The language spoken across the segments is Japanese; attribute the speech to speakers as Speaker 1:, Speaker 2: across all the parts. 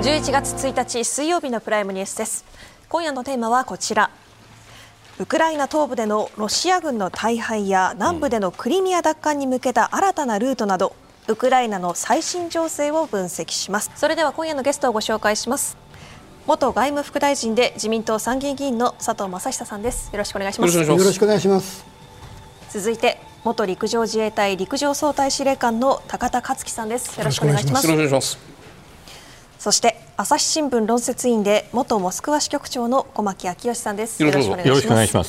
Speaker 1: 11月1日水曜日のプライムニュースです。今夜のテーマはこちら。ウクライナ東部でのロシア軍の大敗や南部でのクリミア奪還に向けた新たなルートなど、ウクライナの最新情勢を分析します。それでは今夜のゲストをご紹介します。元外務副大臣で自民党参議院議員の佐藤正久さんです。よろしくお願いします。
Speaker 2: よろしくお願いします。
Speaker 1: 続いて元陸上自衛隊陸上総隊司令官の高田克樹さんです。よろしくお願いします。そして朝日新聞論説委員で元モスクワ支局長の小牧昭義さんです。よろしくお願いします。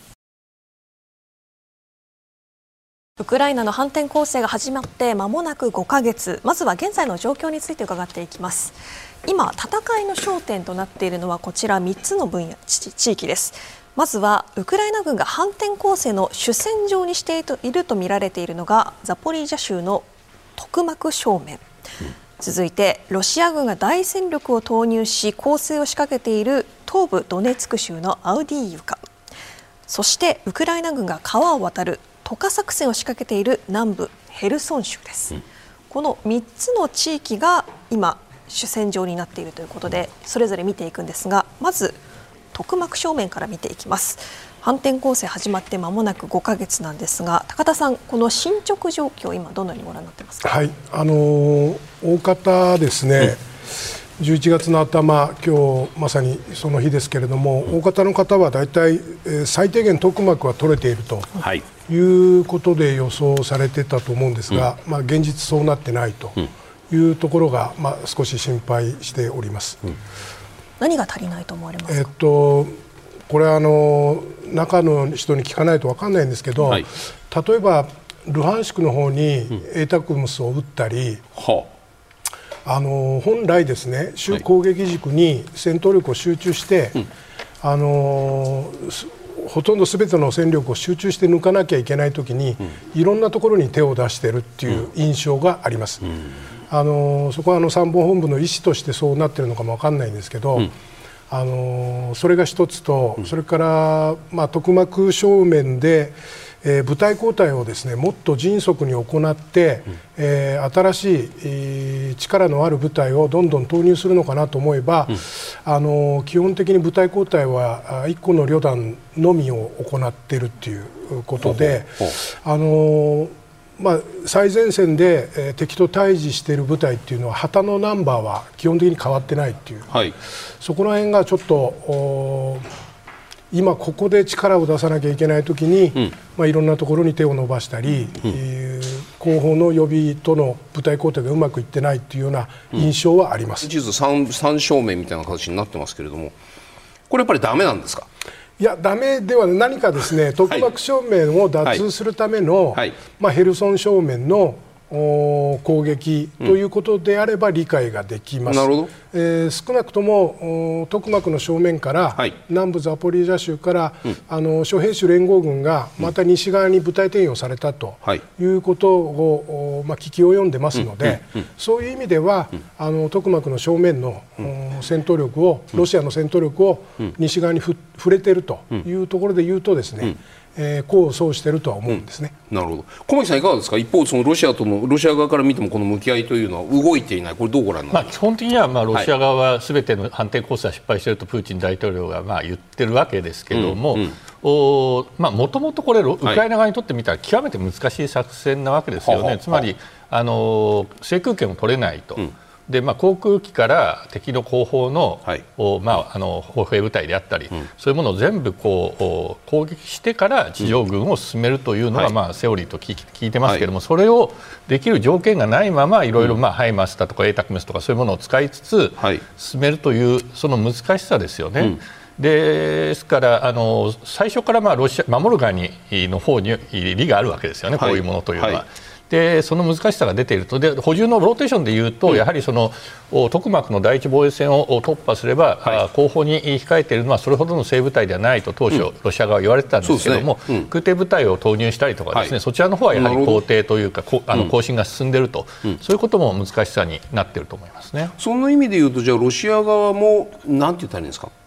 Speaker 1: ウクライナの反転攻勢が始まって間もなく5ヶ月、まずは現在の状況について伺っていきます。今戦いの焦点となっているのはこちら3つの分野地域です。まずはウクライナ軍が反転攻勢の主戦場にしていると見られているのがザポリージャ州のトクマク正面、続いてロシア軍が大戦力を投入し攻勢を仕掛けている東部ドネツク州のアウディーイウカ、そしてウクライナ軍が川を渡る渡河作戦を仕掛けている南部ヘルソン州です。この3つの地域が今主戦場になっているということで、それぞれ見ていくんですが、まずトクマク正面から見ていきます。反転攻勢始まって間もなく5ヶ月なんですが、高田さん、この進捗状況今どのようにご覧になっていますか？
Speaker 2: はい、大方ですね、11月の頭、今日まさにその日ですけれども、大方の方はだいたい最低限トクマクは取れているということで予想されてたと思うんですが、現実そうなってないというところが、少し心配しております。
Speaker 1: 何が足りないと思われますか？
Speaker 2: これは中の人に聞かないと分かんないんですけど、例えばルハンシクの方にエタクムスを撃ったり、本来ですね、主攻撃軸に戦闘力を集中して、ほとんど全ての戦力を集中して抜かなきゃいけないときに、いろんなところに手を出しているっていう印象があります。そこは参謀本部の意思としてそうなっているのかも分かんないんですけど、それが一つと、それからトクマク正面で、部隊交代をですねもっと迅速に行って、新しい、力のある部隊をどんどん投入するのかなと思えば、基本的に部隊交代は1個の旅団のみを行っているということで、最前線で、敵と対峙している部隊っていうのは旗のナンバーは基本的に変わってないっていう、そこら辺がちょっと今ここで力を出さなきゃいけないときに、いろんなところに手を伸ばしたり、後方の予備との部隊交代がうまくいってないというような印象はあります。
Speaker 3: 地図3正面みたいな形になってますけれども、これやっぱりダメなんですか？
Speaker 2: いや、ダメでは何かですね、トクマク正面を奪通するための、ヘルソン正面の攻撃ということであれば理解ができます。少なくともトクマクの正面から、南部ザポリージャ州から、諸兵種連合軍がまた西側に部隊転用されたということを、聞き及んでますので、そういう意味ではトクマクの正面の戦闘力を、ロシアの戦闘力を西側に触れているというところでいうとですね、功を奏しているとは思うんですね。
Speaker 3: なるほど。小牧さんいかがですか？一方、そのロシア側から見てもこの向き合いというのは動いていない、これどうご覧になりますか？
Speaker 4: 基本的にはロシア側はすべての反転攻勢は失敗しているとプーチン大統領が言ってるわけですけれども、もともとこれウクライナ側にとってみたら極めて難しい作戦なわけですよね。つまり制空権を取れないと。で航空機から敵の後方の、歩兵部隊であったり、そういうものを全部攻撃してから地上軍を進めるというのが、セオリーと聞いてますけれども、それをできる条件がないままいろいろハイマースだとかエータクムスとかそういうものを使いつつ進めるというその難しさですよね。ですから最初から守る側の方に利があるわけですよね、こういうものというのは。でその難しさが出ていると。で補充のローテーションでいうと、やはりそのトクマクの第一防衛線を突破すれば、後方に控えているのはそれほどの精鋭部隊ではないと当初、ロシア側は言われてたんですけれども、空挺部隊を投入したりとかですね、そちらの方はやはり工程というか更新が進んでいると、そういうことも難しさになっていると思いますね。
Speaker 3: その意味でいうと、じゃあロシア側もなんて言ったらいいんですか、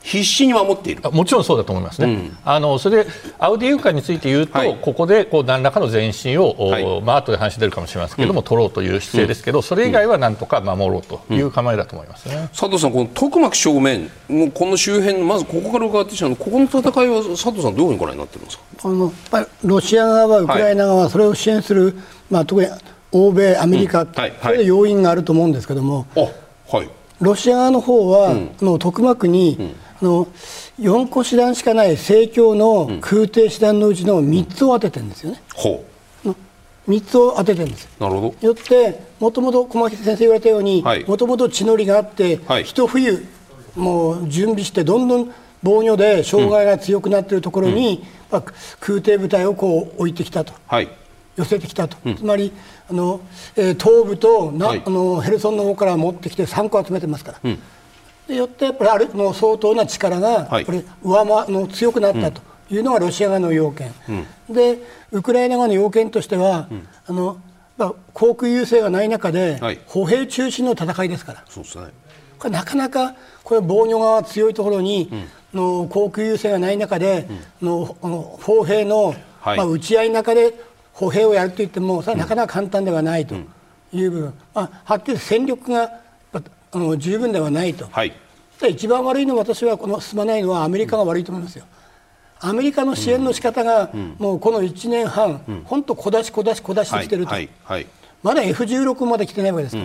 Speaker 3: 必死に守っている。
Speaker 4: もちろんそうだと思いますね。それでアウディーイウカについて言うと、ここで何らかの前進を、後で話出るかもしれませんけれども、取ろうという姿勢ですけど、それ以外はなんとか守ろうという構えだと思いますね。
Speaker 3: 佐藤さん、このトクマク正面、もうこの周辺、まずここから伺ってきたの、ここの戦いは佐藤さん、どういうふうにご覧になってるんですか。
Speaker 5: やっぱりロシア側、ウクライナ側、それを支援する、特に欧米、アメリカ、それで要因があると思うんですけども、ロシア側の方は、トクマクに、4個師団しかない正教の空挺師団のうちの3つを当ててるんですよね。3つを当ててるんです。
Speaker 3: なるほど。
Speaker 5: よってもともと小牧先生言われたように、もともと地の利があって、一冬もう準備してどんどん防御で障害が強くなっているところに、空挺部隊をこう置いてきたと、寄せてきたと、つまり東部とヘルソンの方から持ってきて3個集めてますから。でよってやっぱりもう相当な力がこれ強くなったというのがロシア側の要件、でウクライナ側の要件としては、航空優勢がない中で、歩兵中心の戦いですから、
Speaker 3: そうですね、
Speaker 5: これなかなかこれ防御側強いところに、航空優勢がない中で、歩兵の、撃ち合いの中で歩兵をやるといってもそれはなかなか簡単ではないという部分、はっきり戦力が十分ではないと、一番悪いのは私は進まないのはアメリカが悪いと思いますよ。アメリカの支援の仕方が、もうこの1年半、本当小出ししてきてると、まだ F16 まで来てないわけですから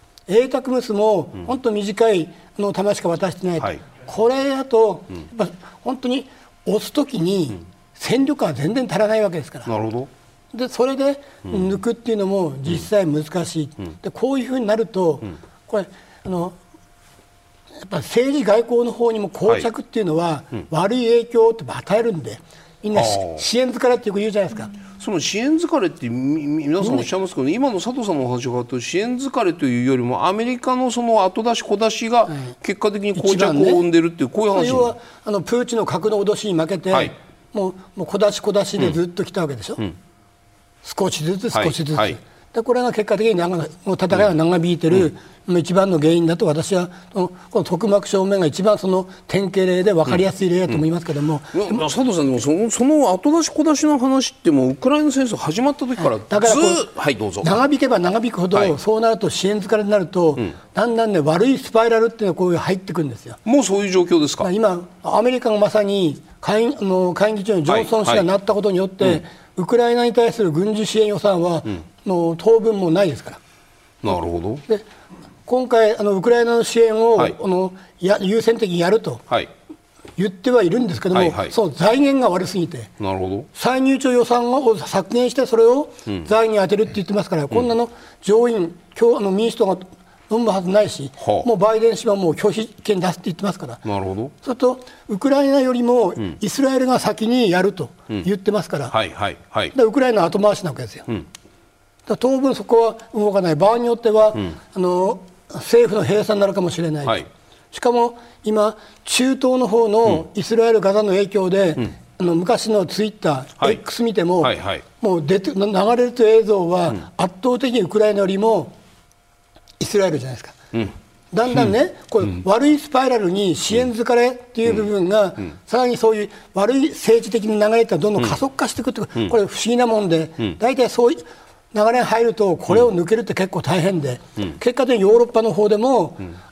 Speaker 5: 、ATACMS も本当短い弾しか渡してないと、これだとやっぱ本当に押すときに戦力が全然足らないわけですから。
Speaker 3: なるほど。
Speaker 5: でそれで抜くっていうのも実際難しい、でこういうふうになると、これやっぱ政治外交の方にも膠着っていうのは悪い影響を与えるんで、みんな支援疲れってよく言うじゃないですか。
Speaker 3: その支援疲れって皆さんおっしゃいますけど、今の佐藤さんのお話を伺うと、支援疲れというよりもアメリカのその後出し小出しが結果的に膠着を生んでるっていう、こういう話。
Speaker 5: 要はプーチンの核の脅しに負けて、もう小出しでずっと来たわけでしょ、少しずつ少しずつ、でこれが結果的に戦いが長引いている一番の原因だと、私はこのトクマク正面が一番その典型例で分かりやすい例だと思いますけども、
Speaker 3: 佐藤さん、でもその後出し小出しの話ってもうウクライナ戦争始まった時から
Speaker 5: だから
Speaker 3: どうぞ。
Speaker 5: 長引けば長引くほど、そうなると支援疲れになると、だんだんね悪いスパイラルっていうのがこういう入ってくるんですよ。
Speaker 3: もうそういう状況ですか。
Speaker 5: 今アメリカがまさに下院議長にジョンソン氏がなったことによって、ウクライナに対する軍事支援予算は当分もないですから。
Speaker 3: なるほど。
Speaker 5: で今回ウクライナの支援を、優先的にやると言ってはいるんですけども、その財源が悪すぎて、
Speaker 3: なるほど、
Speaker 5: 歳入庁予算を削減してそれを財に充てるって言ってますから、こんなの上院民主党が飲むはずないし、もうバイデン氏はもう拒否権出すって言ってますから。
Speaker 3: なるほど。
Speaker 5: それとウクライナよりもイスラエルが先にやると言ってますから、でウクライナは後回しなわけですよ。だ当分そこは動かない。場合によっては、政府の閉鎖になるかもしれない、しかも今中東の方のイスラエル・ガザの影響で、昔のツイッター、X 見ても、もう流れると映像は圧倒的にウクライナよりもイスラエルじゃないですか。だんだんね、これ悪いスパイラルに支援疲れっていう部分が、さらにそういう悪い政治的な流れってどんどん加速化していくって、これ不思議なもんで、大体そういう流れに入るとこれを抜けるって結構大変で、結果的にヨーロッパの方でも、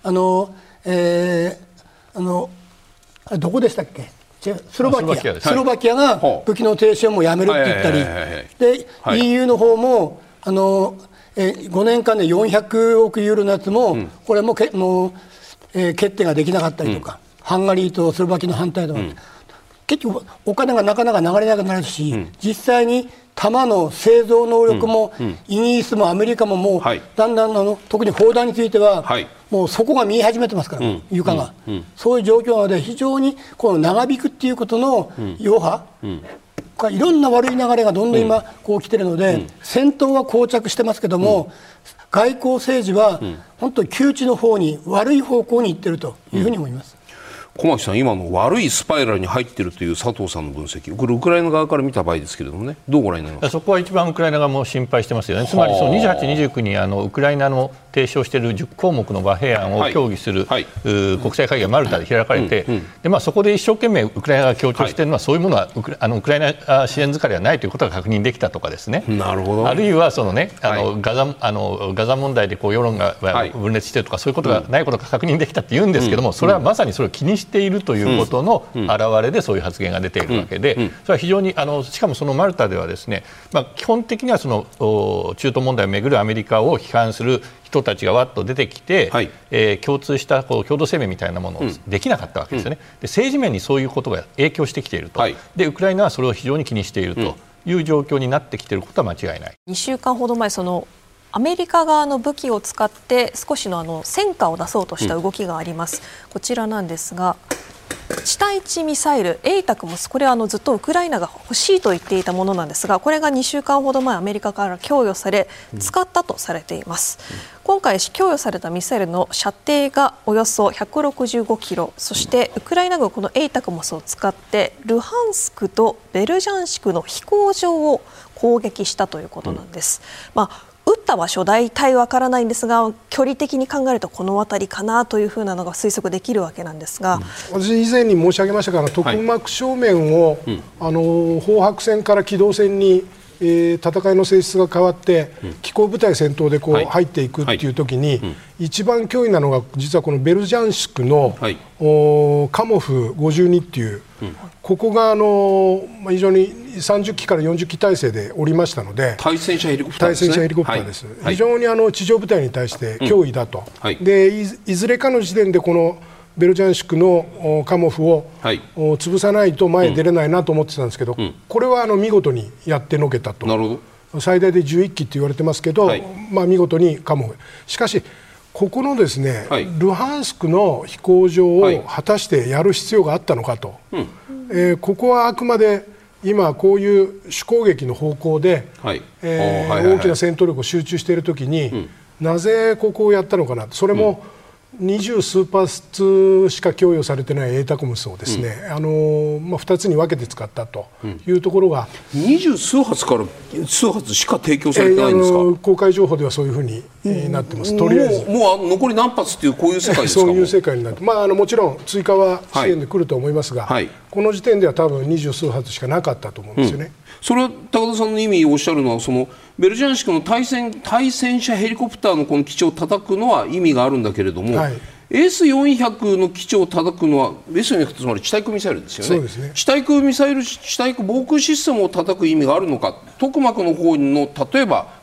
Speaker 5: どこでしたっけ、スロバキアが武器の停止をもうやめるって言ったり、で EU の方も5年間で400億ユーロのやつも、これも決定ができなかったりとか、ハンガリーとスロバキアの反対とか、結局お金がなかなか流れなくなるし、実際に弾の製造能力も、イギリスもアメリカももう、だんだん特に砲弾については、もう底が見え始めてますから、床が、そういう状況なので、非常にこの長引くっていうことの余波、いろんな悪い流れがどんどん今こう来ているので、戦闘は膠着してますけども、外交政治は本当に窮地の方に悪い方向に行っているというふうに思います。
Speaker 3: 小牧さん、今の悪いスパイラルに入っているという佐藤さんの分析、これウクライナ側から見た場合ですけれどもね、どうご覧になりますか。
Speaker 4: そこは一番ウクライナ側も心配してますよね。つまりその28、29にウクライナの提唱している10項目の和平案を協議する、国際会議がマルタで開かれて、でそこで一生懸命ウクライナが強調しているのは、そういうものはウクライナ支援疲れはないということが確認できたとかですね。
Speaker 3: なるほど。
Speaker 4: あるいはその、ね、ガザ問題で世論が分裂しているとか、そういうことがないことが確認できたって言うんですけども、それはまさにそれを気にしているということの表れでそういう発言が出ているわけで、それは非常にしかもそのマルタではですね、基本的にはその中東問題をめぐるアメリカを批判する人たちがわっと出てきて、共通した共同声明みたいなものをできなかったわけですよね。で、政治面にそういうことが影響してきていると、でウクライナはそれを非常に気にしているという状況になってきていることは間違いない。
Speaker 1: 2週間ほど前、そのアメリカ側の武器を使って少しの戦果を出そうとした動きがあります。こちらなんですが、地対地ミサイルATACMS、これはずっとウクライナが欲しいと言っていたものなんですが、これが2週間ほど前アメリカから供与され使ったとされています。今回供与されたミサイルの射程がおよそ165キロ、そしてウクライナ軍このATACMSを使ってルハンスクとベルジャンシクの飛行場を攻撃したということなんです。撃った場所大体わからないんですが、距離的に考えるとこの辺りかなというふうなのが推測できるわけなんですが、
Speaker 2: 私以前に申し上げましたが、特膜正面を、砲白線から機動線に、戦いの性質が変わって機甲部隊戦闘で入っていくっていう時に、一番脅威なのが実はこのベルジャンシクの、カモフ52っていう、ここが非常に30機から40機体制でおりましたので、
Speaker 3: 対戦車ヘリコプターです。
Speaker 2: 非常に地上部隊に対して脅威だと、でいずれかの時点でこのベルジャンシクのカモフを潰さないと前に出れないなと思ってたんですけど、これは見事にやってのけたと。最大で11機って言われてますけど、見事にカモフ。しかしここのですね、ルハンスクの飛行場を果たしてやる必要があったのかと、ここはあくまで今こういう主攻撃の方向で大きな戦闘力を集中しているときに、なぜここをやったのかな、それも20数発しか供与されてないATACMSをですね、2つに分けて使ったというところが、
Speaker 3: 20数発から数発しか提供されてないんですか。
Speaker 2: 公開情報ではそういうふうになってます。とりあえず
Speaker 3: もう残り何発っていうこういう世界ですか。
Speaker 2: そういう世界になって、もちろん追加は支援で来ると思いますが、この時点では多分20数発しかなかったと思うんですよね。
Speaker 3: それは高田さんの意味をおっしゃるのは、そのベルジャンシクの対戦車ヘリコプターのこの基地を叩くのは意味があるんだけれども、S400 の基地を叩くのは S400 つまり地対空ミサイルですよね。
Speaker 2: そうですね。
Speaker 3: 地対空ミサイル、地対空防空システムを叩く意味があるのか。トクマクの方の例えば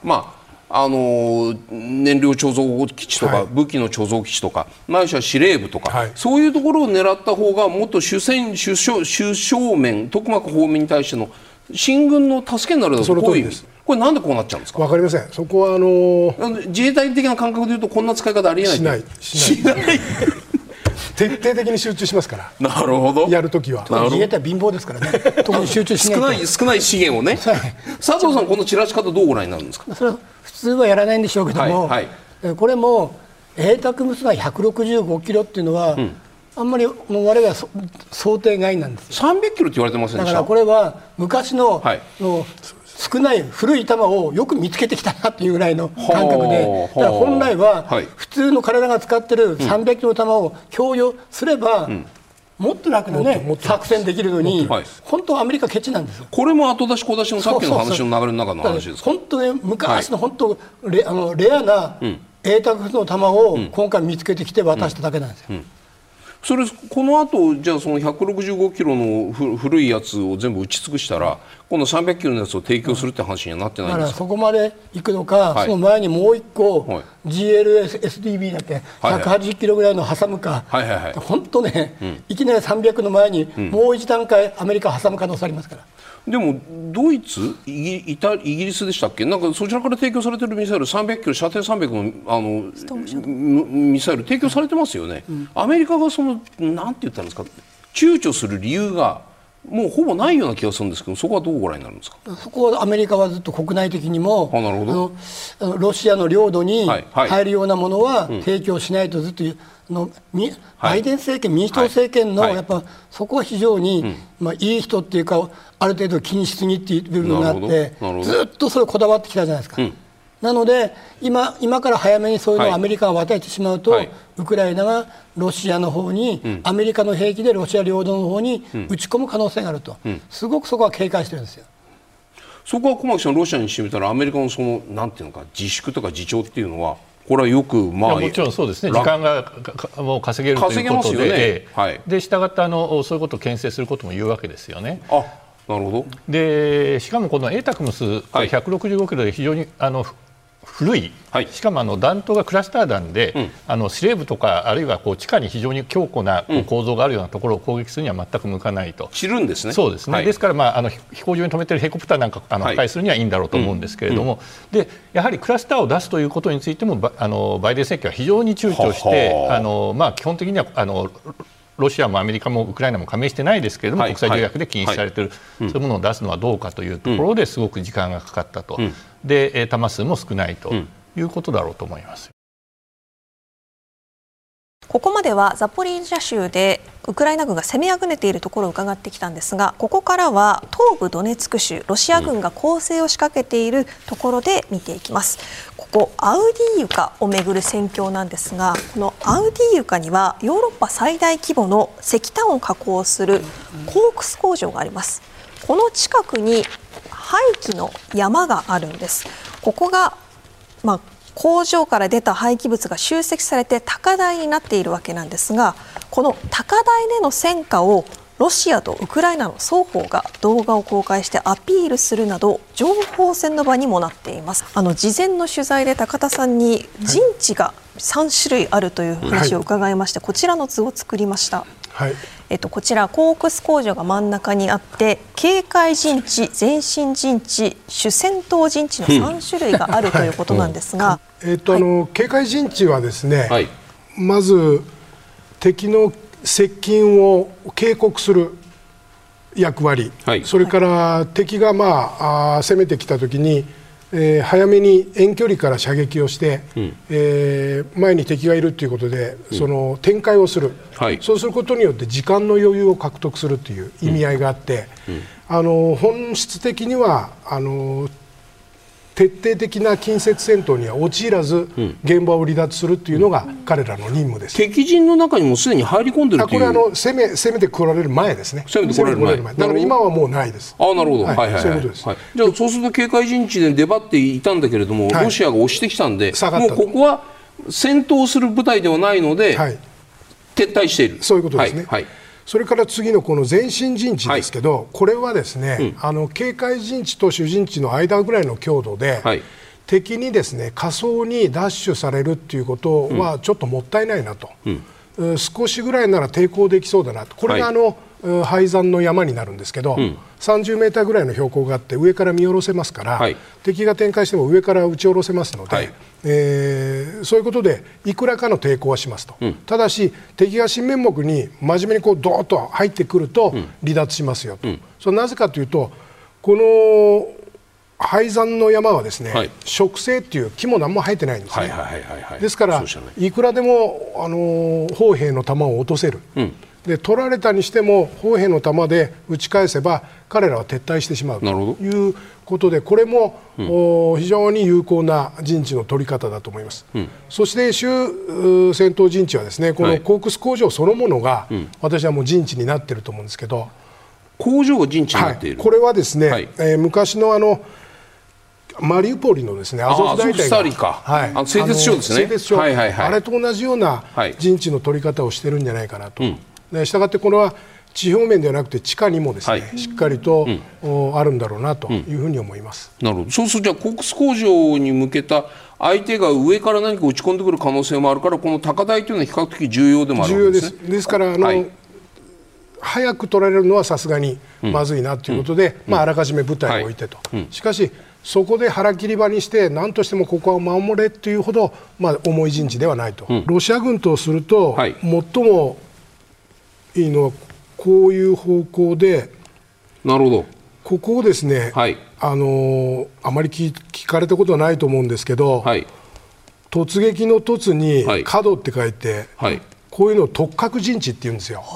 Speaker 3: 燃料貯蔵基地とか、武器の貯蔵基地とか、ないしは司令部とか、そういうところを狙った方がもっと主正面、トクマク方面に対しての進軍の助けになるだろうと。これなんでこうなっちゃうんですか。
Speaker 2: わかりません。そこは
Speaker 3: 自衛隊的な感覚でいうとこんな使い方ありえない。しない
Speaker 2: 徹底的に集中しますから。
Speaker 3: なるほど。
Speaker 2: やるときは。
Speaker 5: 自衛隊貧乏ですからね。特に集中しないと。
Speaker 3: 少ない資源をね。佐藤さん、この散らし方どうご覧になるんですか。
Speaker 5: それは普通はやらないんでしょうけども、これもATACMSが165キロっていうのは、あんまり我々は想定外なんですよ。
Speaker 3: 300キロって言われてませんでした。
Speaker 5: だからこれは昔の、少ない古い弾をよく見つけてきたなっていうぐらいの感覚で、だから本来は普通の体が使ってる300キロの弾を供与すれば、もっと楽な作戦できるのに、本当はアメリカケチなんですよ。
Speaker 3: これも後出し小出しのさっきの話の流れの中の話ですか。
Speaker 5: 本当ね、昔の本当レアなATACMSの弾を今回見つけてきて渡しただけなんですよ。
Speaker 3: この後じゃあその165キロの古いやつを全部打ち尽くしたら、今度300キロのやつを提供するって話にはなってないんですか。
Speaker 5: だからそこまで行くのか、その前にもう一個、GLSDB だって180キロぐらいの挟むか、本当ね、いきなり300の前にもう一段階アメリカ挟む可能性ありますから。
Speaker 3: でもドイツ、イギリスでしたっけ、なんかそちらから提供されているミサイル300キロ、射程300のミサイル提供されてますよね。アメリカがなんて言ったんですか、躊躇する理由がもうほぼないような気がするんですけど、そこはどうご覧になるんですか。
Speaker 5: そこはアメリカはずっと国内的にも、
Speaker 3: なるほ
Speaker 5: ど、ロシアの領土に入るようなものは提供しないとずっとバイデン政権、民主党政権のやっぱそこは非常に、いい人っていうか、ある程度気にしすぎっていう部分があって、ずっとそれをこだわってきたじゃないですか。なので今から早めにそういうのをアメリカが与えてしまうと、ウクライナがロシアの方に、アメリカの兵器でロシア領土の方に撃ち込む可能性があると、すごくそこは警戒してるんですよ。
Speaker 3: そこは小牧さん、ロシアにしてみたらアメリカのそのなんていうのか自粛とか自重っていうのは、これはよく
Speaker 4: もちろんそうですね、時間がもう稼げるということで、で従ってそういうことを牽制することも言うわけですよね。
Speaker 3: なるほど。
Speaker 4: でしかもこのATACMS、165キロで非常に古い、しかも弾頭がクラスター弾で、司令部とかあるいは地下に非常に強固な構造があるようなところを攻撃するには全く向かないと。
Speaker 3: 散るんですね。
Speaker 4: そうですね、ですから、飛行場に止めているヘリコプターなんか破壊するにはいいんだろうと思うんですけれども、でやはりクラスターを出すということについてもバイデン政権は非常に躊躇して、基本的にはロシアもアメリカもウクライナも加盟してないですけれども、国際条約で禁止されている、そういうものを出すのはどうかというところですごく時間がかかったと、で弾数も少ないということだろうと思います。
Speaker 1: ここまではザポリージャ州でウクライナ軍が攻めあぐねているところを伺ってきたんですが、ここからは東部ドネツク州、ロシア軍が攻勢を仕掛けているところで見ていきます。ここアウディーユカをめぐる戦況なんですが、このアウディーユカにはヨーロッパ最大規模の石炭を加工するコークス工場があります。この近くに廃棄の山があるんです。ここが、工場から出た廃棄物が集積されて高台になっているわけなんですが、この高台での戦果をロシアとウクライナの双方が動画を公開してアピールするなど情報戦の場にもなっています。事前の取材で高田さんに陣地が3種類あるという話を伺いまして、こちらの図を作りました。こちらコークス工場が真ん中にあって、警戒陣地、前進陣地、主戦闘陣地の3種類があるということなんですが、
Speaker 2: 警戒陣地はですね、まず敵の接近を警告する役割、それから敵が攻めてきたときに早めに遠距離から射撃をして、前に敵がいるということで、その展開をする、そうすることによって時間の余裕を獲得するという意味合いがあって、本質的には徹底的な近接戦闘には陥らず、現場を離脱するというのが彼らの任務です。
Speaker 3: 敵陣の中にもすでに入り込んでるという。
Speaker 2: これは攻めてこられる前ですね。
Speaker 3: 攻めてこられる前。
Speaker 2: だから今はもうないです。
Speaker 3: なるほど。そういうことです。じゃあそうすると警戒陣地で出張っていたんだけれども、ロシアが押してきたんで、もうここは戦闘する部隊ではないので、撤退している。
Speaker 2: そういうことですね。それから次のこの前進陣地ですけど、これはですね、警戒陣地と主陣地の間ぐらいの強度で、敵にですね仮想にダッシュされるっていうことはちょっともったいないなと、少しぐらいなら抵抗できそうだなと。これが廃山の山になるんですけど、30メーターぐらいの標高があって上から見下ろせますから、敵が展開しても上から撃ち下ろせますので、そういうことでいくらかの抵抗はしますと、ただし敵が新面目に真面目にドーッと入ってくると離脱しますよと、それなぜかというと、この廃山の山はですね、植生っていう木も何も生えてないんですね。ですからいくらでも砲兵の弾を落とせる、で取られたにしても砲兵の弾で撃ち返せば彼らは撤退してしまうということで、これも、非常に有効な陣地の取り方だと思います。そして主戦闘陣地はですね、このコークス工場そのものが、私はもう陣地になっていると思うんですけど、
Speaker 3: 工場が陣地になっている、
Speaker 2: これはですね、昔のマリウポリのですねアゾフ大隊が
Speaker 3: 製鉄所ですね、
Speaker 2: あれと同じような陣地の取り方をしてるんじゃないかなと。したがってこれは地表面ではなくて地下にもですね、しっかりとあるんだろうなというふうに思います。
Speaker 3: なるほど。そうするとじゃあコークス工場に向けた相手が上から何か打ち込んでくる可能性もあるから、この高台というのは比較的重要でもあるわけですね。
Speaker 2: ですから早く取られるのはさすがにまずいなということで、あらかじめ部隊を置いてと、しかしそこで腹切り場にして何としてもここは守れというほど、重い陣地ではないと、ロシア軍とすると、最もいいのはこういう方向で
Speaker 3: なるほど。
Speaker 2: ここをですね、
Speaker 3: はい、
Speaker 2: あまり聞かれたことはないと思うんですけど、はい、突撃の突に角って書いて、はい、こういうのを突角陣地って言うんですよ。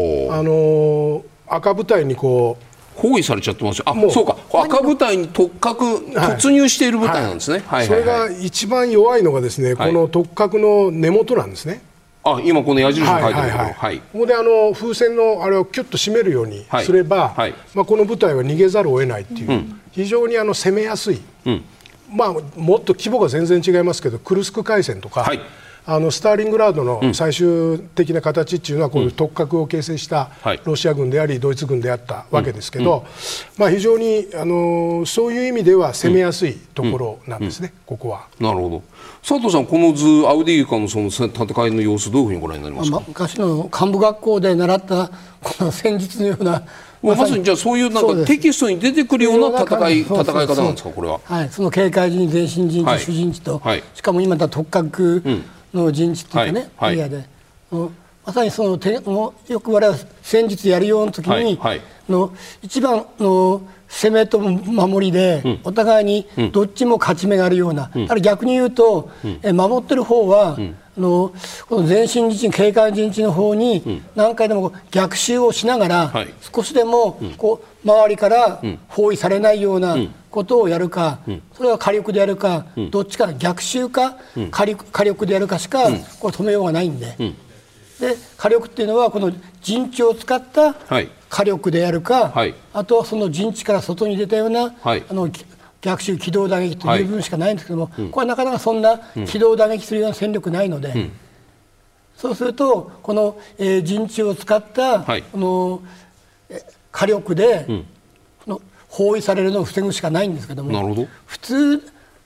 Speaker 2: 赤部隊にこう
Speaker 3: 包囲されちゃってますよ。そうか、赤部隊に突入している部隊なんですね。
Speaker 2: それが一番弱いのがですね、この突角の根元なんですね。
Speaker 3: 今この矢印に書いてるところ、
Speaker 2: ここで風船のあれをキュッと締めるようにすれば、この部隊は逃げざるを得ないっていう、非常に攻めやすい、もっと規模が全然違いますけど、クルスク海戦とか、スターリングラードの最終的な形っていうのはこういう突角を形成したロシア軍でありドイツ軍であったわけですけど、非常にそういう意味では攻めやすいところなんですね、ここは。
Speaker 3: なるほど。佐藤さん、この図アウディーイウカのその戦いの様子どういうふうにご覧になりますか。
Speaker 5: 昔の幹部学校で習ったこの戦術のような
Speaker 3: まさにじゃあそういうなんかテキストに出てくるような戦い方なんですか、これは。
Speaker 5: その警戒陣、前進陣地、主陣地と、しかも今だ突角の陣地っていうかね、エリアで、まさにそのよく我々戦術やるような時に、一番の攻めと守りで、お互いにどっちも勝ち目があるような、逆に言うと、守ってる方は、この前進陣地、警戒陣地の方に何回でも逆襲をしながら、少しでも周りから包囲されないようなことをやるか、それは火力でやるか、どっちか逆襲か火力でやるかしかこれ止めようがないんで、火力っていうのはこの陣地を使った火力でやるか、あとはその陣地から外に出たような逆襲機動打撃という部分しかないんですけども、これはなかなかそんな機動打撃するような戦力ないので、そうするとこの陣地を使ったこの火力で包囲されるのを防ぐしかないんですけども、普通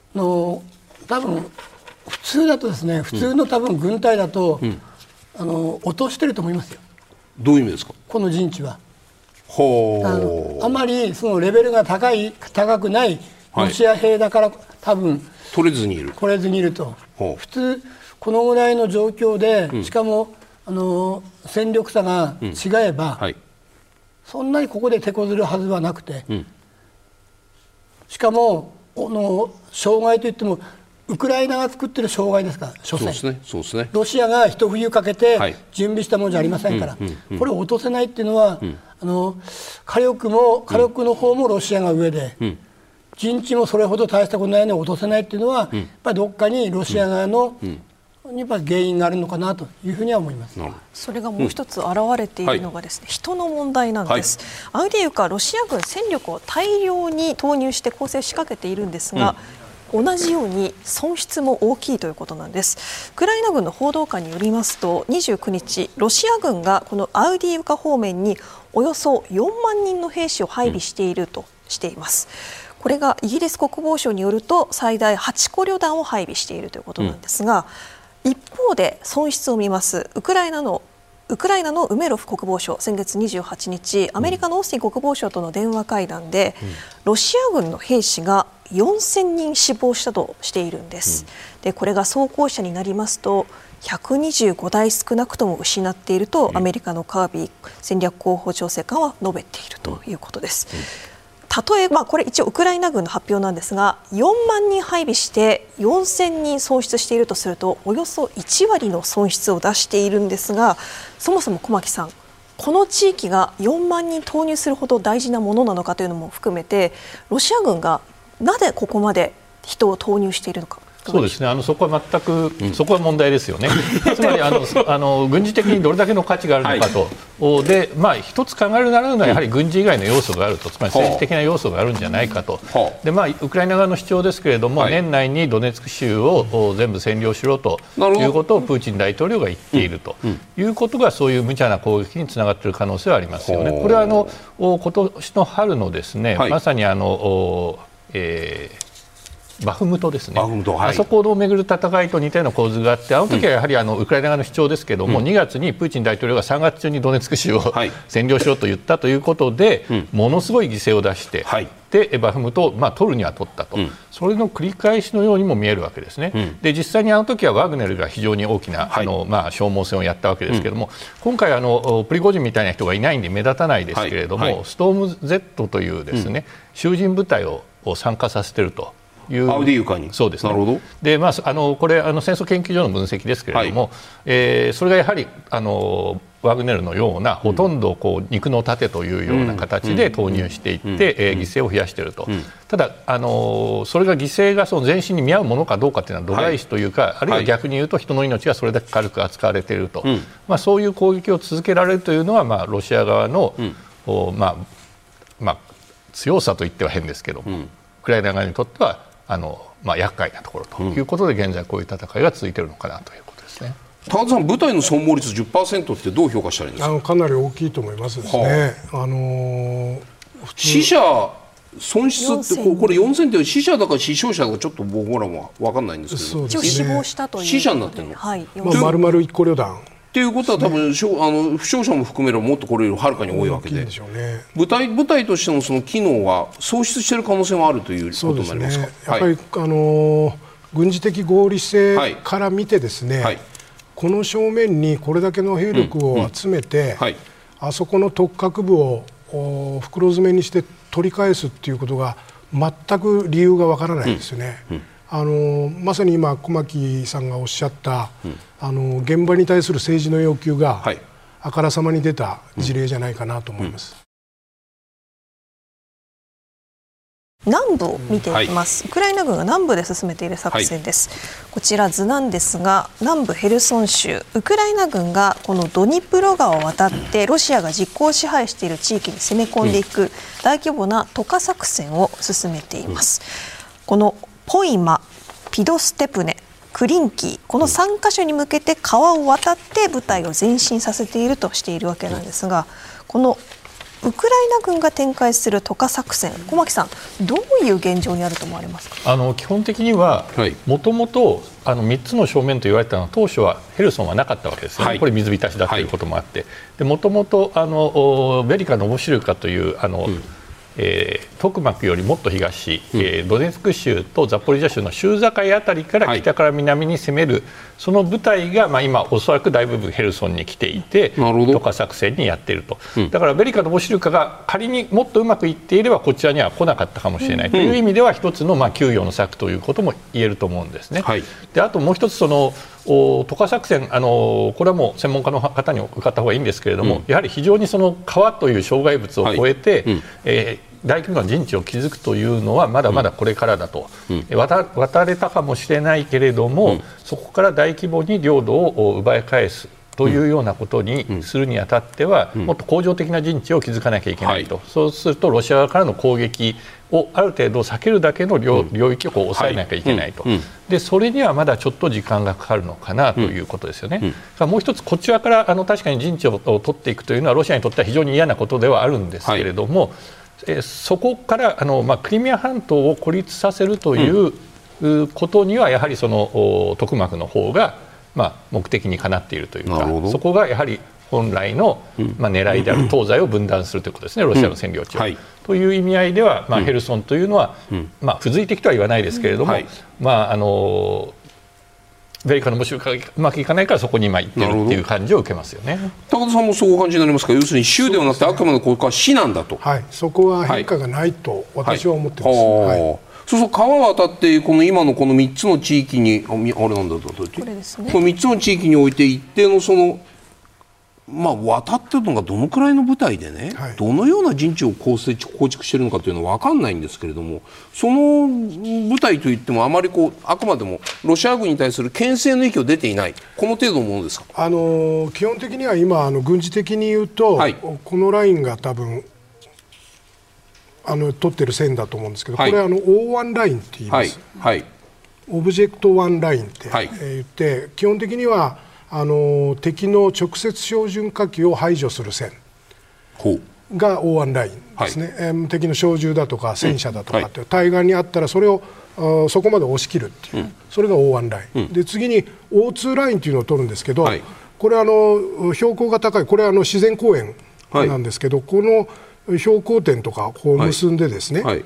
Speaker 5: だとですね、普通の多分軍隊だと落としてると思いますよ。
Speaker 3: どういう意味ですか、こ
Speaker 5: の陣地は。あまりそのレベルが高くないロシア兵だから多分
Speaker 3: 取れずにいる
Speaker 5: と。普通このぐらいの状況で、しかも戦力差が違えば、そんなにここで手こずるはずはなくて、しかも障害といってもウクライナが作ってる障害ですから、所詮ロシアが一冬かけて準備したものじゃありませんから、これを落とせないっていうのは、火力の方もロシアが上で、陣地もそれほど大したことないのに落とせないっていうのは、やっぱりどっかにロシア側のやっぱり原因があるのかなというふうには思います。
Speaker 1: それがもう一つ現れているのがですね、人の問題なんです。アウディーイウカはロシア軍戦力を大量に投入して攻勢を仕掛けているんですが、同じように損失も大きいということなんです。ウクライナ軍の報道官によりますと、29日ロシア軍がこのアウディーイウカ方面におよそ4万人の兵士を配備しているとしています。これがイギリス国防省によると最大8個旅団を配備しているということなんですが、一方で損失を見ますウクライナのウメロフ国防相、先月28日アメリカのオースティン国防相との電話会談で、ロシア軍の兵士が4000人死亡したとしているんです。でこれが装甲車になりますと125台少なくとも失っていると、アメリカのカービー戦略広報調整官は述べているということです。例えばこれ一応ウクライナ軍の発表なんですが、4万人配備して4000人損失しているとすると、およそ1割の損失を出しているんですが、そもそも小牧さん、この地域が4万人投入するほど大事なものなのかというのも含めて、ロシア軍がなぜここまで人を投入しているのか。
Speaker 4: そうですね、そこは全くそこは問題ですよね。つまり軍事的にどれだけの価値があるのかと、で一つ考えるならやはり軍事以外の要素があると、つまり政治的な要素があるんじゃないかと。でウクライナ側の主張ですけれども、年内にドネツク州を全部占領しろということをプーチン大統領が言っているということが、そういう無茶な攻撃につながっている可能性はありますよね。これは今年の春のですね、まさにバフムトですね、あそこをめぐる戦いと似たような構図があって、あの時はやはりウクライナ側の主張ですけれども、2月にプーチン大統領が3月中にドネツク州を占領しろと言ったということで、ものすごい犠牲を出して、 でバフムトを取るには取ったと、それの繰り返しのようにも見えるわけですね。で実際にあの時はワグネルが非常に大きな、消耗戦をやったわけですけれども、今回プリゴジンみたいな人がいないんで目立たないですけれども、ストーム Z というですね、囚人部隊を参加させていると。
Speaker 3: アウディーカに。
Speaker 4: そうですね。
Speaker 3: なるほど。
Speaker 4: で、これ戦争研究所の分析ですけれども、それがやはりワグネルのようなほとんど肉の盾というような形で投入していって、犠牲を増やしていると。ただそれが犠牲がその全身に見合うものかどうかというのは度外視というか、あるいは逆に言うと人の命がそれだけ軽く扱われていると、そういう攻撃を続けられるというのは、ロシア側の、強さといっては変ですけども、ウクライナ側にとっては厄介なところということで、現在こういう戦いが続いているのかなということですね。
Speaker 3: 高田さん、部隊の損耗率 10% ってどう評価したらいいんですか。
Speaker 2: かなり大きいと思いますですね。
Speaker 3: 死者損失ってこれ4000って死者だか死傷者だかちょっと僕らも分かんないんですけど、
Speaker 1: 一応死亡したという
Speaker 3: 死者になってるの、
Speaker 2: 丸々一個旅団
Speaker 3: っていうことは多分負傷者も含めればもっとこれよりはるかに多いわけで、部隊としてのその機能が喪失している可能性もあるということになりますか。
Speaker 2: やっぱり、軍事的合理性から見てですね、この正面にこれだけの兵力を集めて、あそこの突角部を袋詰めにして取り返すっていうことが全く理由がわからないですよね。まさに今小牧さんがおっしゃった、現場に対する政治の要求があからさまに出た事例じゃないかなと思います。
Speaker 1: 南部を見ていきます、ウクライナ軍が南部で進めている作戦です、こちら図なんですが、南部ヘルソン州、ウクライナ軍がこのドニプロ川を渡ってロシアが実効支配している地域に攻め込んでいく大規模な渡河作戦を進めています。このポイマ、ピドステプネ、クリンキー、この3カ所に向けて川を渡って部隊を前進させているとしているわけなんですが、このウクライナ軍が展開する渡河作戦、小牧さん、どういう現状にあると思われますか。
Speaker 4: 基本的にはもともと3つの正面と言われたのは当初はヘルソンはなかったわけですね、これ水浸しだということもあって、もともとベリカ・ノボシルカというトクマクよりもっと東、ドネツク州とザポリージャ州の州境あたりから北から南に攻める、その部隊が、今おそらく大部分ヘルソンに来ていて渡河作戦にやっていると、だからベリカ・ノボシルカが仮にもっとうまくいっていればこちらには来なかったかもしれないという意味では一つの給与の策ということも言えると思うんですね。であともう一つ渡河作戦、これはもう専門家の方に伺った方がいいんですけれども、やはり非常にその川という障害物を越えて、大規模な陣地を築くというのはまだまだこれからだと、渡れたかもしれないけれども、そこから大規模に領土を奪い返すというようなことにするにあたっては、もっと恒常的な陣地を築かなきゃいけないと、そうするとロシア側からの攻撃をある程度避けるだけの領域を抑えなきゃいけないと、でそれにはまだちょっと時間がかかるのかなということですよね。もう一つこちらから確かに陣地を取っていくというのはロシアにとっては非常に嫌なことではあるんですけれども、そこからクリミア半島を孤立させるということにはやはりそのトクマクの方が目的にかなっているというか、そこがやはり本来の狙いである東西を分断するということですね、ロシアの占領地を。という意味合いでは、ヘルソンというのは、付随的とは言わないですけれども、ベリカの募集がうまくいかないからそこに今行ってるっていう感じを受けますよね。
Speaker 3: 高田さんもそうお感じになりますか。要するに州ではなくてあくまでこれは市なんだと。
Speaker 2: そこは変化がないと私は思ってます。
Speaker 3: そうそう川渡ってこの今のこの3つの地域にあれなんだとこれですね。この3つの地域において一定のその渡ってるのがどのくらいの部隊でね、どのような陣地を構築しているのかというのは分かんないんですけれども、その部隊といってもあまりあくまでもロシア軍に対する牽制の域を出ていない、この程度のものですか。
Speaker 2: 基本的には今軍事的に言うと、このラインが多分取ってる線だと思うんですけど、これはO1 ラインって言います、オブジェクト1ラインって言って、基本的には敵の直接標準火器を排除する線が O1 ラインですね、敵の小銃だとか戦車だとかって対岸にあったらそれをそこまで押し切るっていう、それが O1 ライン、で次に O2 ラインというのを取るんですけど、これ標高が高い、これは自然公園なんですけど、この標高点とかを結んでですね、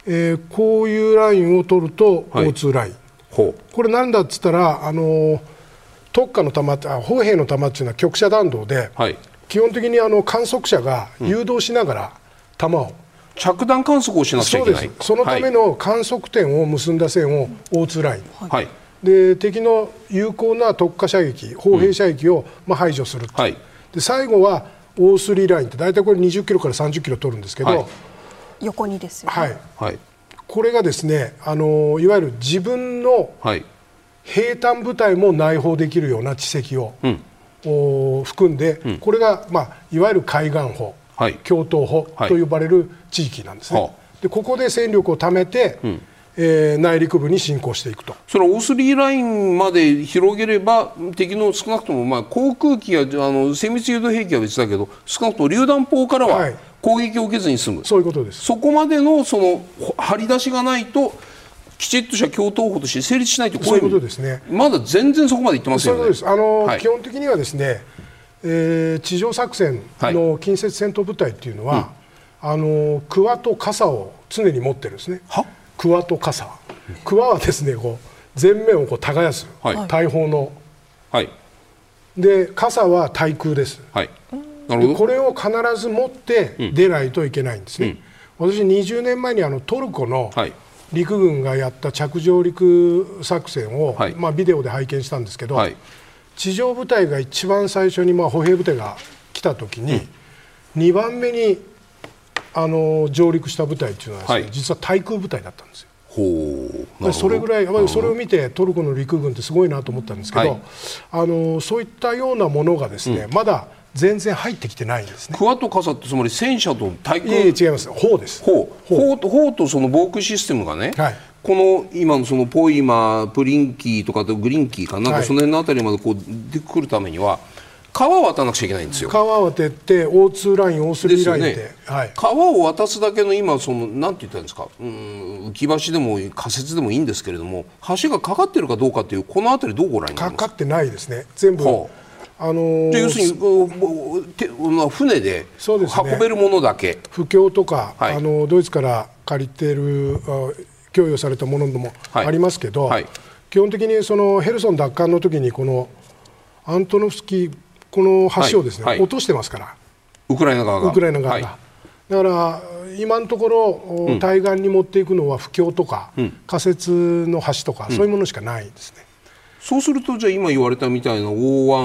Speaker 2: こういうラインを取ると O2 ライン、これなんだっつったら特化の弾、砲兵の弾っていうのは局射弾道で、基本的に観測者が誘導しながら弾を、
Speaker 3: 着弾観測をしなきゃいけない。
Speaker 2: そのための観測点を結んだ線を O2 ライン、で敵の有効な特化射撃、砲兵射撃を排除する、で最後は O3 ラインって大体これ20キロから30キロ取るんですけど、
Speaker 1: 横にですよね、
Speaker 2: これがですねいわゆる自分の兵隊部隊も内包できるような地石を、含んで、これが、いわゆる海岸砲、共闘砲と呼ばれる地域なんですね。でここで戦力を貯めて、内陸部に進行していくと。
Speaker 3: それは O3 ラインまで広げれば敵の少なくとも、航空機や精密誘導兵器は別だけど、少なくとも榴弾砲からは攻撃を受けずに済む、
Speaker 2: そういうことです。
Speaker 3: そこまでの張り出しがないときちっとした共闘砲として成立しないと、
Speaker 2: そういうことですね。
Speaker 3: まだ全然そこまでいってますよね。
Speaker 2: そういうことです。基本的にはですね、地上作戦の近接戦闘部隊っていうのは、クワと傘を常に持ってるんですね。クワと傘、クワはですね前面を耕す、大砲の、で傘は対空です、でこれを必ず持って出ないといけないんですね。私20年前にトルコの陸軍がやった着上陸作戦を、ビデオで拝見したんですけど、地上部隊が一番最初に歩兵部隊が来た時に、2番目に上陸した部隊っていうのはですね、実は対空部隊だったんですよ。それぐらい、それを見てトルコの陸軍ってすごいなと思ったんですけど、そういったようなものがですね、まだ全然入ってきてないんですね。
Speaker 3: クワと傘ってつまり戦車と対空、
Speaker 2: 違います。砲です。
Speaker 3: 砲とその防空システムがね、この今のそのポイマー、プリンキーとかグリンキーかなんかその辺のあたりまで出てくるためには川を渡らなくちゃいけないんですよ。
Speaker 2: 川を渡って O2 ライン O3 ラインで、
Speaker 3: 川を渡すだけの今なんて言ったらいいんですか、浮き橋でも仮設でもいいんですけれども、橋がかかってるかどうかっていうこのあたりどうご覧になりますか。
Speaker 2: かかってないですね。全部
Speaker 3: 要するに船で運べるものだけ、
Speaker 2: 布教とか、ドイツから借りている供与されたものもありますけど、基本的にヘルソン奪還の時にこのアントノフスキーこの橋をですね、落としてますから、
Speaker 3: ウクライナ側が、
Speaker 2: だから今のところ、対岸に持っていくのは布教とか、仮設の橋とか、そういうものしかないですね。
Speaker 3: そうするとじゃあ今言われたみたいな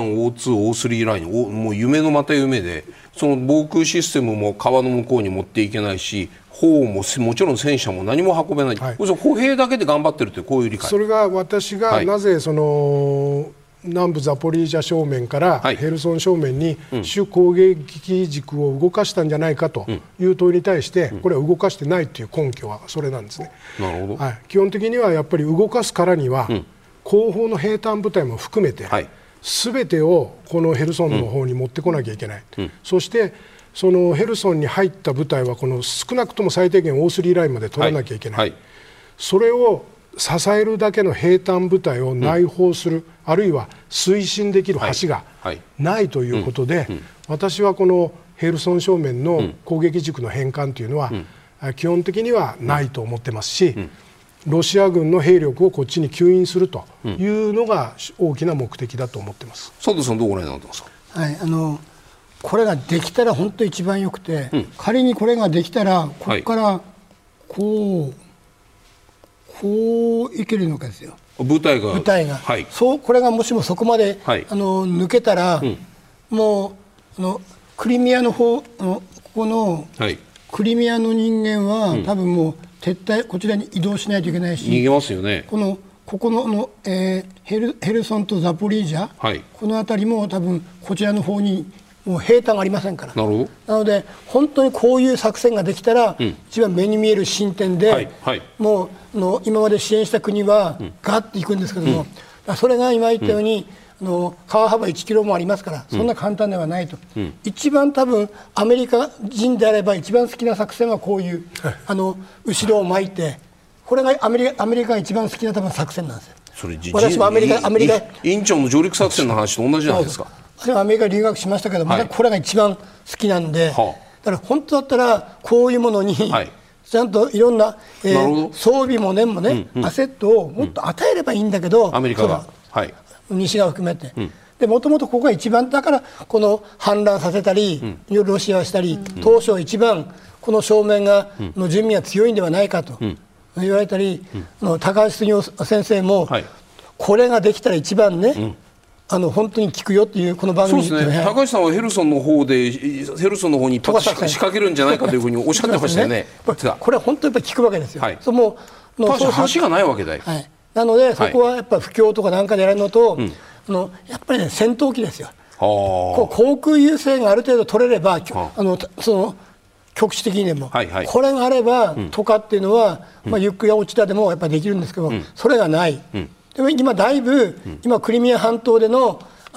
Speaker 3: O1、O2、O3 ライン、もう夢のまた夢で、その防空システムも川の向こうに持っていけないし、砲ももちろん戦車も何も運べない、歩兵だけで頑張ってるというこういう理解。
Speaker 2: それが私がなぜ南部ザポリージャ正面からヘルソン正面に主攻撃軸を動かしたんじゃないかという問いに対して、これは動かしてないという根拠はそれなんですね。
Speaker 3: なるほど。
Speaker 2: 基本的にはやっぱり動かすからには、後方の兵隊部隊も含めて、全てをこのヘルソンの方に持ってこなきゃいけない、そしてそのヘルソンに入った部隊はこの少なくとも最低限 O3 ラインまで取らなきゃいけない、それを支えるだけの兵隊部隊を内包する、あるいは推進できる橋がないということで、私はこのヘルソン正面の攻撃軸の変換というのは、基本的にはないと思ってますし、ロシア軍の兵力をこっちに吸引するというのが大きな目的だと思ってます。
Speaker 3: 佐藤さんどうご覧になってますか。
Speaker 5: これができたら本当一番よくて、仮にこれができたらここからこういけるのかですよ。
Speaker 3: 部隊が、
Speaker 5: これがもしもそこまで、抜けたら、もうクリミアの方ここの、クリミアの人間は、多分もう撤退こちらに移動しないといけないし、
Speaker 3: 逃げますよね。
Speaker 5: ここの、ヘルソンとザポリージャ、この辺りも多分こちらの方にもう兵隊がありませんから。なので本当にこういう作戦ができたら、一番目に見える進展で、もう今まで支援した国はガッといくんですけども、それが今言ったように、川幅1キロもありますから、そんな簡単ではないと、一番多分アメリカ人であれば一番好きな作戦はこういう後ろを巻いて、これがアメリカが一番好きな多分作戦なんですよ。私もアメリカ
Speaker 3: 委員長の上陸作戦の話と同じじゃないですか。
Speaker 5: アメリカ留学しましたけど、これが一番好きなんで、だから本当だったらこういうものにちゃんといろんな、装備も念もね、アセットをもっと与えればいいんだけど、
Speaker 3: アメリカが、
Speaker 5: 西側含めて、でもともとここが一番だからこの反乱させたり、ロシアはしたり、当初一番この正面の準備が強いんではないかと言われたり、高橋杉雄先生も、これができたら一番ね、本当に効くよっていうこの番組
Speaker 3: そうですね、高橋さんはヘルソンの方に仕掛けるんじゃないかというふうにおっしゃってましたよね。
Speaker 5: これは本当にやっぱり効くわけですよ。
Speaker 3: 橋がないわけだよ。
Speaker 5: なのでそこはやっぱり不況とかなんかでやるのと、やっぱりね戦闘機ですよ。航空優勢がある程度取れれば、その局地的にでも、これがあれば、とかっていうのは、ゆっくり落ちたでもやっぱりできるんですけど、それがない。でも今だいぶ、今クリミア半島での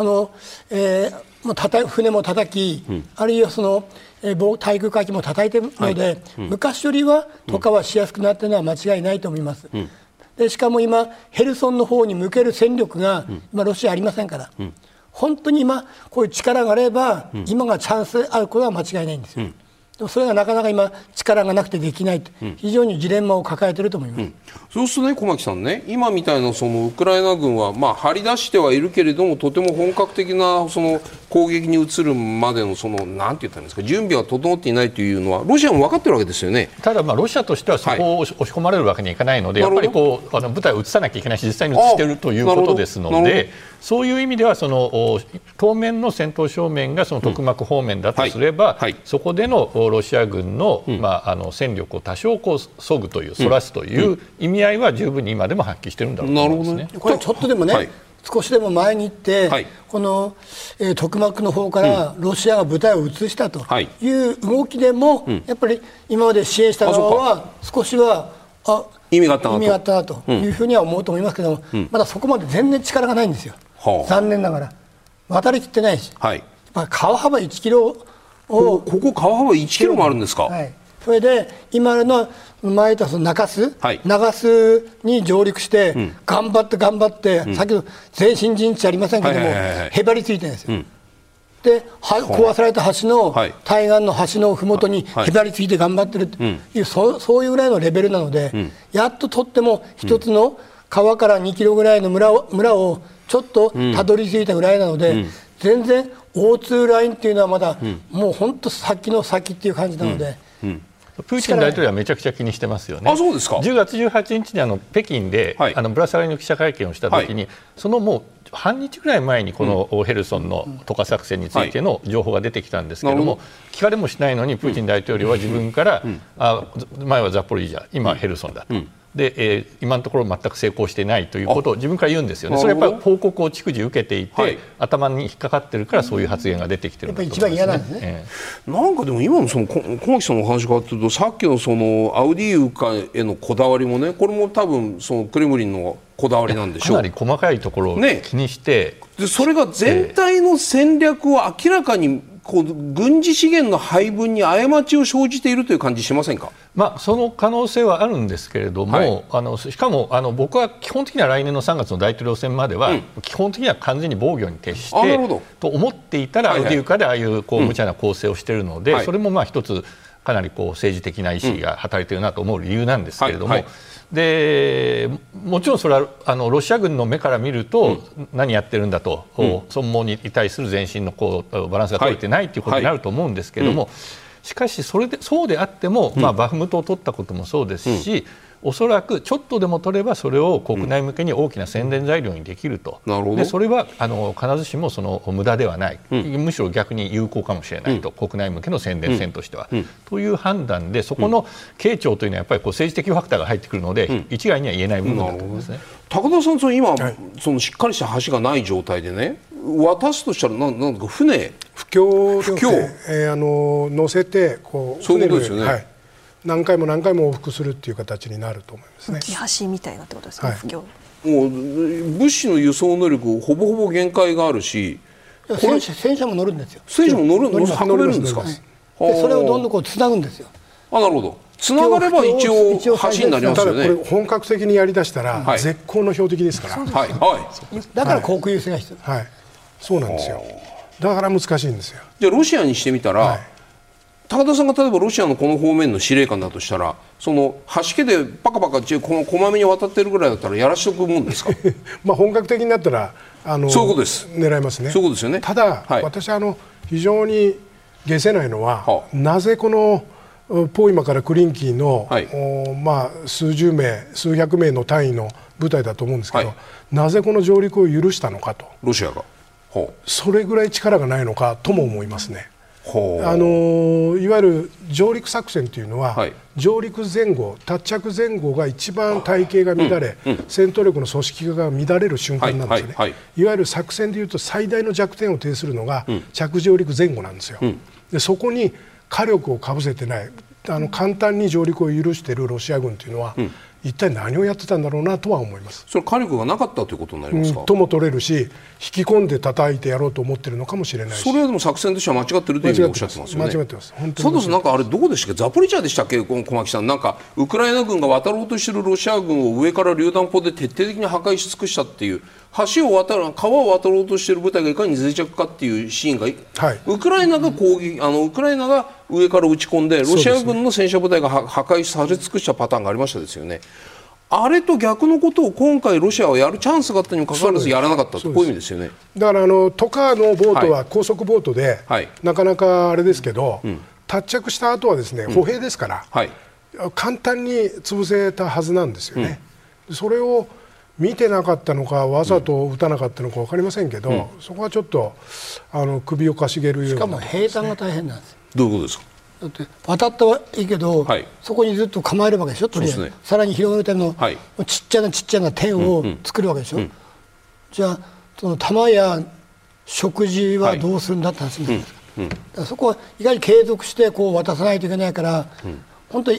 Speaker 5: 船も叩き、あるいはその対空火器も叩いているので、昔よりはとかはしやすくなっているのは間違いないと思います。でしかも今ヘルソンの方に向ける戦力が今ロシアありませんから、本当に今こういう力があれば、今がチャンスあることは間違いないんですよ。でもそれがなかなか今力がなくてできないと、非常にジレンマを抱えていると思います。
Speaker 3: そうするとね、小牧さんね、今みたいなそのウクライナ軍は張り出してはいるけれども、とても本格的なその攻撃に移るまでのなんて言ったらいいんですか、準備は整っていないというのはロシアも分かってるわけですよね。
Speaker 4: ただロシアとしてはそこを押し込まれるわけにはいかないので、やっぱり部隊を移さなきゃいけないし、実際に移しているということですので、そういう意味では当面の戦闘正面がそのトクマク方面だとすれば、そこでのロシア軍の、戦力を多少削ぐという、そらすという意味合いは十分に今でも発揮しているんだろうと思いますね。
Speaker 5: これちょっとでもね、少しでも前に行って、このトクマクの方からロシアが部隊を移したという動きでも、やっぱり今まで支援した側は少しは意味があったなというふうには思うと思いますけども、まだそこまで全然力がないんですよ。残念ながら渡りきってないし、川幅1キロを
Speaker 3: ここ川幅1キロもあるんですか。
Speaker 5: それで今の前言った中洲に上陸して、頑張って、先ほど全身陣地ありませんけども、へばりついてるんですよ。で壊された橋の、対岸の橋のふもとにへばりついて頑張ってるという、そういうぐらいのレベルなので、やっと取っても一つの川から2キロぐらいの村をちょっとたどり着いたぐらいなので、全然 O2 ラインっていうのはまだ、もう本当先の先っていう感じなので。
Speaker 4: プーチン大統領はめちゃくちゃ気にしてますよね。
Speaker 3: そうですか。
Speaker 4: 10月18日に北京で、ぶら下がりの記者会見をしたときに、そのもう半日ぐらい前にこのヘルソンの渡河作戦についての情報が出てきたんですけれども、聞かれもしないのにプーチン大統領は自分から、前はザポリージャ、今はヘルソンだと。で今のところ全く成功していないということを自分から言うんですよね。それはやっぱり報告を逐次受けていて、頭に引っかかってるからそういう発言が出てきてるんだと思いますね。
Speaker 5: やっぱり一番嫌なんですね。
Speaker 3: なんかでも今の小牧さんのお話があってると、さっきのアウディーウカへのこだわりもね、これも多分クレムリンのこだわりなんでしょう。
Speaker 4: かなり細かいところを気にして、
Speaker 3: でそれが全体の戦略を明らかに軍事資源の配分に過ちを生じているという感じしませんか。
Speaker 4: その可能性はあるんですけれども、しかも僕は基本的には来年の3月の大統領選までは、基本的には完全に防御に徹してと思っていたら、アウディウカでああいう無茶な攻勢をしているので、それも一つかなり政治的な意思が働いているなと思う理由なんですけれども、でもちろんそれはロシア軍の目から見ると、何やってるんだと、損耗に対する前進のバランスが取れてないということになると思うんですけれども、しかしそうであっても、バフムトを取ったこともそうですし、おそらくちょっとでも取ればそれを国内向けに大きな宣伝材料にできると。でそれは必ずしも無駄ではない、むしろ逆に有効かもしれないと、国内向けの宣伝戦としては、という判断で、そこの傾聴というのはやっぱり政治的ファクターが入ってくるので、一概には言えない部分だと思いますね。
Speaker 3: 高田さん、今、しっかりした橋がない状態でね、渡すとしたらなんか船
Speaker 2: 布教乗せて
Speaker 3: そういうことですよね。
Speaker 2: 何回も往復するっていう形になると思いますね。
Speaker 1: 浮き橋みたいなってことですね。布教。
Speaker 3: もう物資の輸送能力ほぼほぼ限界があるし、
Speaker 5: 戦車も乗るんですよ。
Speaker 3: 戦車も運べるんですか。
Speaker 5: それをどんどんつなぐんですよ。
Speaker 3: なるほど。つながれば一応橋になりますよね。
Speaker 2: ただこれ本格的にやりだしたら絶好の標的ですから。
Speaker 5: だから航空優勢が必要。
Speaker 2: そうなんですよ。だから難しいんですよ。
Speaker 3: じゃあロシアにしてみたら、 高田さんが例えばロシアのこの方面の司令官だとしたら、その端家でパカパカこまめに渡ってるぐらいだったらやらしとくもんですか？
Speaker 2: まあ本格的になったら
Speaker 3: そういうことです。
Speaker 2: 狙いますね。
Speaker 3: そういうことですよね。
Speaker 2: ただ、私非常に解せないのは、なぜこのポイマからクリンキーの、まあ数十名数百名の単位の部隊だと思うんですけど、なぜこの上陸を許したのかと。
Speaker 3: ロシアが
Speaker 2: それぐらい力がないのかとも思いますね。いわゆる上陸作戦というのは、上陸前後、達着前後が一番隊形が乱れ、戦闘力の組織化が乱れる瞬間なんですよね。いわゆる作戦でいうと最大の弱点を呈するのが着上陸前後なんですよ。でそこに火力をかぶせてない、簡単に上陸を許しているロシア軍というのは、一体何をやってたんだろうなとは思います。
Speaker 3: それ火力がなかったということになりますか？
Speaker 2: とも取れるし、引き込んで叩いてやろうと思っているのかもしれないし、
Speaker 3: それはでも作戦としては間違ってるというふうにおっしゃってますよね。
Speaker 2: 間違ってます。本当に
Speaker 3: 佐藤さん、なんかあれどこでしたっけ、ザポリジャでしたっけ、小牧さん、なんかウクライナ軍が渡ろうとしているロシア軍を上から榴弾砲で徹底的に破壊し尽くしたっていう、橋を渡る川を渡ろうとしている部隊がいかに脆弱かっていうシーンが、ウクライナが攻撃、ウクライナが上から撃ち込んでロシア軍の戦車部隊が破壊され尽くしたパターンがありましたですよね。あれと逆のことを今回ロシアはやるチャンスがあったにもかかわらずやらなかったと、こういう意味ですよね。
Speaker 2: だからトカのボートは高速ボートで、なかなかあれですけど、達着した後はですね、歩兵ですから、簡単に潰せたはずなんですよね。それを見てなかったのか、わざと撃たなかったのか分かりませんけど、そこはちょっと首をかしげるような、
Speaker 5: しかも兵站が大変なんです。
Speaker 3: どういうことですか？
Speaker 5: だって渡ったはいいけど、そこにずっと構えるわけでしょ、とりあえず、さらに広げるための、ちっちゃな点を作るわけでしょ、じゃあその弾や食事はどうするんだって話になるんですか、だからそこはいかに継続してこう渡さないといけないから、本当に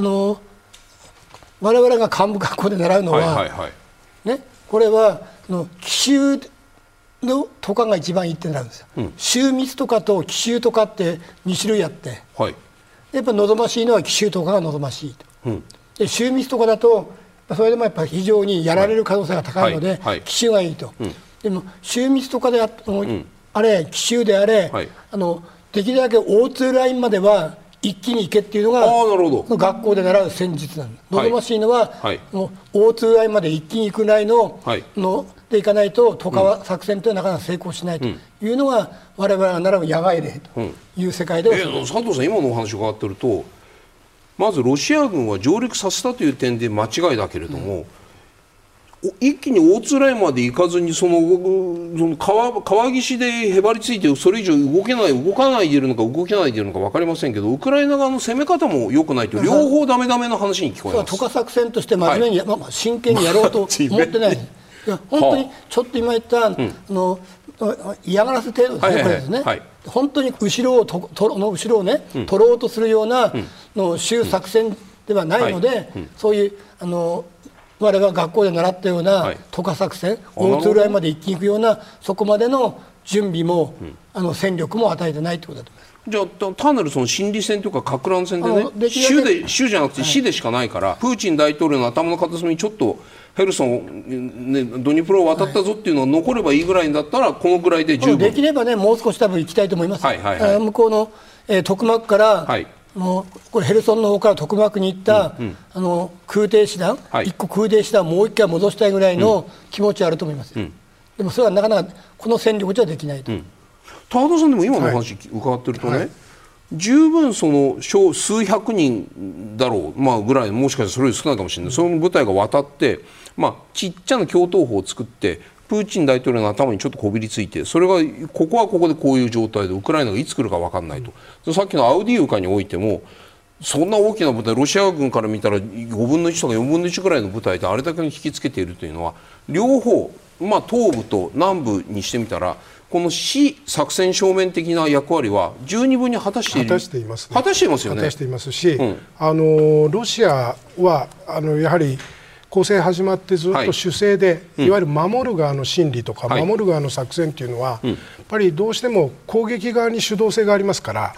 Speaker 5: 我々が幹部学校で習うのは、これは奇襲のとかが一番いいってなるんですよ。州密とかと奇襲とかって2種類あって、やっぱ望ましいのは奇襲とかが望ましいと、で州密とかだとそれでもやっぱり非常にやられる可能性が高いので、奇襲がいいと、でも州密とかであれ奇襲であれ、できるだけ大津ラインまでは一気に行けっていうのが学校で習う戦術なんです。望ましいのは、大津ラインまで一気に行くぐらいのでいかないと渡河作戦というのはなかなか成功しないというのが、我々が習う野外例という世界では、
Speaker 3: 佐藤さん、今のお話を伺っていると、まずロシア軍は上陸させたという点で間違いだけれども、一気に大津ラインまで行かずにその川岸でへばりついてそれ以上動かないでいるのか動けないでいるのか分かりませんけど、ウクライナ側の攻め方も良くないと、両方ダメダメの話に聞こえます。
Speaker 5: 渡河作戦として真面目に、真剣にやろうと思ってない。いや本当にちょっと今言った嫌がらせ程度ですね、これですね。本当に後ろをね、取ろうとするような州作戦ではないので、そういう我々が学校で習ったような渡河作戦、大津ラインまで一気に行くような、そこまでの準備も戦力も与えてないということだと思います。
Speaker 3: じゃあ単なるその心理戦というか撹乱戦でね、州じゃなくて市でしかないから、プーチン大統領の頭の片隅にちょっとヘルソン、ドニプロを渡ったぞっていうのが残ればいいぐらいだったら、このぐらいで十分
Speaker 5: できればね、もう少し多分行きたいと思います。向こうのトクマクから、これヘルソンの方からトクマクに行った、空挺師団、1個空挺師団をもう1回戻したいぐらいの気持ちはあると思います。でもそれはなかなかこの戦力じゃできないと。
Speaker 3: 高田さん、でも今の話伺ってるとね、十分その数百人だろう、ぐらい、もしかしたらそれより少ないかもしれない、その部隊が渡って、ちっちゃな共闘砲を作って、プーチン大統領の頭にちょっとこびりついて、それがここはここでこういう状態で、ウクライナがいつ来るか分からないと、さっきのアウディーウカにおいても、そんな大きな部隊、ロシア軍から見たら5分の1とか4分の1ぐらいの部隊であれだけに引きつけているというのは、両方、東部と南部にしてみたら、この市作戦正面的な役割は十二分に果たしています。果たしていますよね。
Speaker 2: 果たしていますし、ロシアはやはり攻勢始まってずっと守勢で、いわゆる守る側の心理とか、守る側の作戦というのは、やっぱりどうしても攻撃側に主導性がありますから、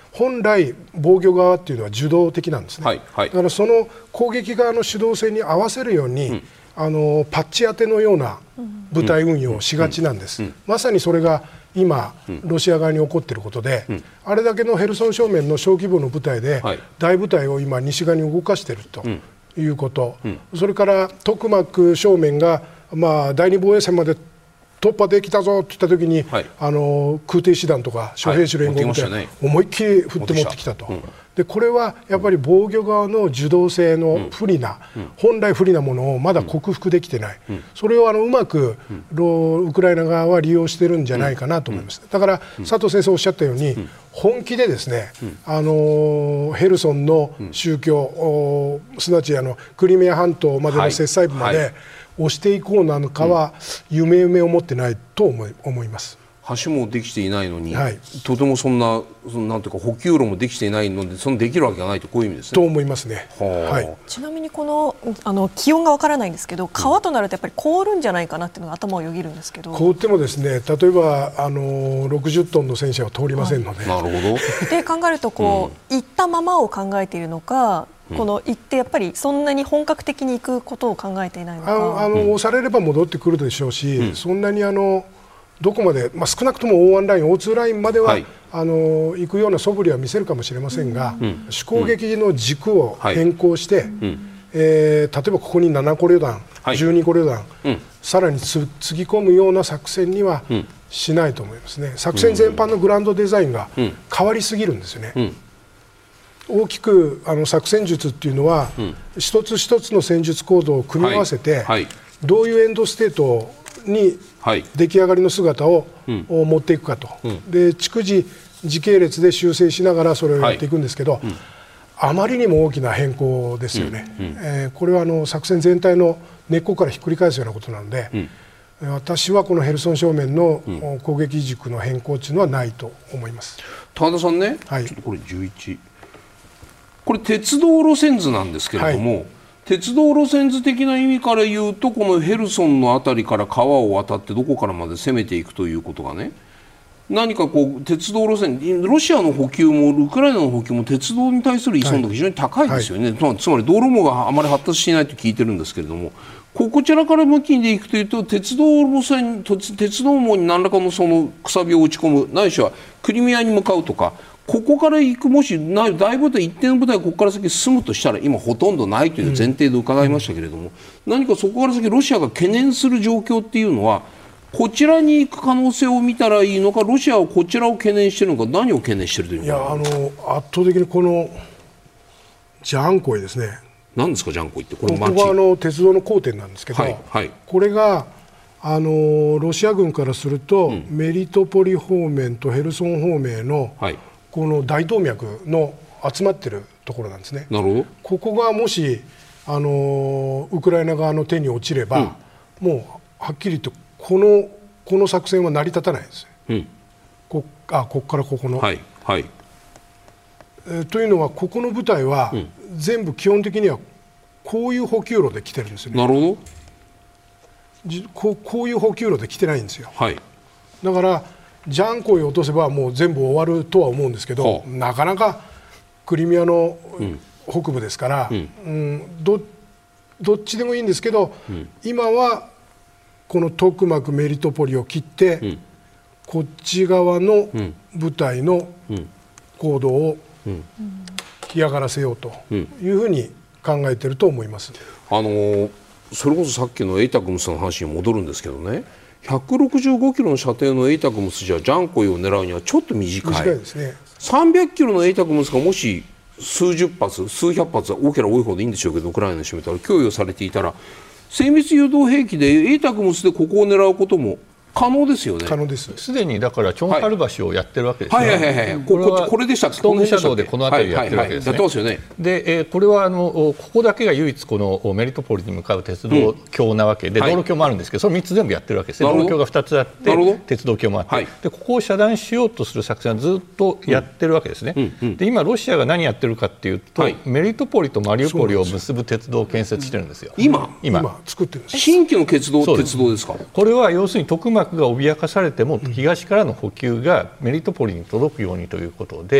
Speaker 2: 本来防御側っていうのは受動的なんですね、
Speaker 3: はいはい、
Speaker 2: だからその攻撃側の主導性に合わせるように、パッチ当てのような部隊運用をしがちなんです、まさにそれが今、ロシア側に起こっていることで、あれだけのヘルソン正面の小規模の部隊で、大部隊を今西側に動かしているということ、それからトクマク正面が、第二防衛線まで突破できたぞといったときに、空挺師団とか諸兵士連合みたいな、思いっきり振って持ってきたと、でこれはやっぱり防御側の受動性の不利な、本来不利なものをまだ克服できてない、それをうまくウクライナ側は利用してるんじゃないかなと思います。だから佐藤先生おっしゃったように、本気でですね、ヘルソンの宗教、すなわちクリミア半島までの接載部まで押していこうなのかは夢を持ってないと思います。
Speaker 3: 橋もできていないのに、とてもなんていうか補給路もできていないので、そのできるわけがないと、こういう意味ですね。
Speaker 2: と思いますね。
Speaker 1: ちなみにこの気温がわからないんですけど、川となるとやっぱり凍るんじゃないかなっていうのが頭をよぎるんですけど。
Speaker 2: 凍ってもですね、例えば60トンの戦車は通りませんので。
Speaker 3: なるほど。
Speaker 1: で考えると行ったままを考えているのか。行ってやっぱりそんなに本格的に行くことを考えていないのか。
Speaker 2: 押されれば戻ってくるでしょうし、そんなにどこまで、少なくともO1ライン、O2 ラインまでは、行くような素振りは見せるかもしれませつが、主攻撃の軸を変更して、例えばここに7個旅団、12個旅団、さらにつぎ込むような作戦にはしないと思いますね。作戦全般のグランドデザインが変わりすぎるんですよね。大きく作戦術っていうのは、一つ一つの戦術行動を組み合わせて、どういうエンドステートに出来上がりの姿を持っていくかと、で逐次時系列で修正しながらそれをやっていくんですけど、あまりにも大きな変更ですよね。これは作戦全体の根っこからひっくり返すようなことなので、私はこのヘルソン正面の攻撃軸の変更というのはないと思います。
Speaker 3: 高田さんね、ちょっとこれ11、これ鉄道路線図なんですけれども、鉄道路線図的な意味から言うと、このヘルソンの辺りから川を渡ってどこからまで攻めていくということがね、何か鉄道路線、ロシアの補給もウクライナの補給も鉄道に対する依存度が非常に高いですよね。つまり道路網があまり発達していないと聞いてるんですけれども、こちらから向きでいくというと、鉄道網に何らかのくさびを打ち込む、ないしはクリミアに向かうとか、ここから行く、もし大部隊、一定の部隊がここから先進むとしたら、今ほとんどないという前提で伺いましたけれども、何かそこから先ロシアが懸念する状況っていうのは、こちらに行く可能性を見たらいいのか、ロシアはこちらを懸念しているのか、何を懸念しているというのか。
Speaker 2: 圧倒的にこのジャンコイですね。
Speaker 3: 何ですか、ジャンコイって。
Speaker 2: ここは鉄道の交点なんですけど、これがロシア軍からすると、メリトポリ方面とヘルソン方面の、この大動脈の集まっているところなんですね。
Speaker 3: なるほど。こ
Speaker 2: こがもしウクライナ側の手に落ちれば、もうはっきり言ってこの作戦は成り立たないです。ここからここの。というのは、ここの部隊は、全部基本的にはこういう補給路で来てるんですよね。
Speaker 3: なるほ
Speaker 2: ど。こういう補給路で来てないんですよ。だからジャンコイを落とせばもう全部終わるとは思うんですけど、なかなかクリミアの北部ですから、どっちでもいいんですけど、今はこのトクマク、メリトポリを切って、こっち側の部隊の行動を嫌がらせようというふうに考えていると思います。
Speaker 3: それこそさっきのエイタクムスの話に戻るんですけどね、165キロの射程のエイタクムスじゃジャンコイを狙うにはちょっと短い
Speaker 2: ですね。
Speaker 3: 300キロのエイタクムスがもし数十発、数百発、多ければ多いほどいいんでしょうけど、ウクライナに占めたら供与されていたら、精密誘導兵器でエイタクムスでここを狙うことも可能ですよね。
Speaker 2: 可能です。
Speaker 4: すでにだからチョンハル橋をやってるわけですね。
Speaker 3: これでしたっけ。
Speaker 4: ストームシャドウでこの辺りやってるわけですね。で、これはここだけが唯一このメリトポリに向かう鉄道橋なわけで、道路橋もあるんですけど、それ3つ全部やってるわけですね。道路橋が2つあって鉄道橋もあって、でここを遮断しようとする作戦はずっとやってるわけですね。で今ロシアが何やってるかっていうと、メリトポリとマリウポリを結ぶ鉄道を建設してるんですよ。
Speaker 3: 今
Speaker 2: 作ってるんです。
Speaker 3: 新規の鉄道ですか。
Speaker 4: これは要するにトクマクが脅かされても東からの補給がメリトポリに届くようにということで、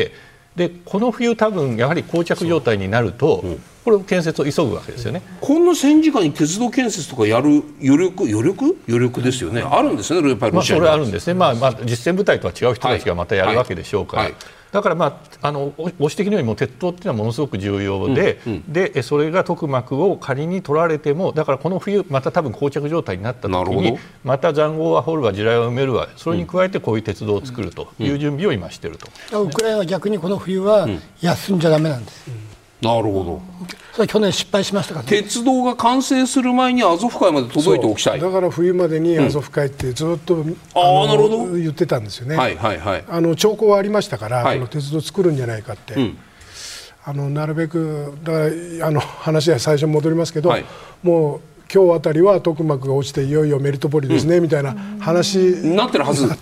Speaker 4: でこの冬多分やはり膠着状態になると、これ建設を急ぐわけですよね。
Speaker 3: こんな戦時下に鉄道建設とかやる余力ですよね。あるんですね、やっぱりロシアに。
Speaker 4: それはあるんですね。実戦部隊とは違う人たちがまたやるわけでしょうから。だから、ご指摘のようにも鉄道っていうのはものすごく重要で、でそれがトクマクを仮に取られても、だからこの冬また多分膠着状態になった時にまた塹壕は掘るわ、地雷は埋めるわ、それに加えてこういう鉄道を作るという準備を今していると。
Speaker 5: ウクライナは逆にこの冬は休んじゃダメなんです。
Speaker 3: なるほど。
Speaker 5: それ去年失敗しましたからね。
Speaker 3: 鉄道が完成する前にアゾフ海まで届いておきたい。
Speaker 2: だから冬までにアゾフ海ってずっと、言ってたんですよね。兆候はありましたから、この鉄道作るんじゃないかって、なるべくだから話は最初に戻りますけど、もう今日あたりはトクマクが落ちていよいよメリトポリですね、みたいな話になってるはずだった。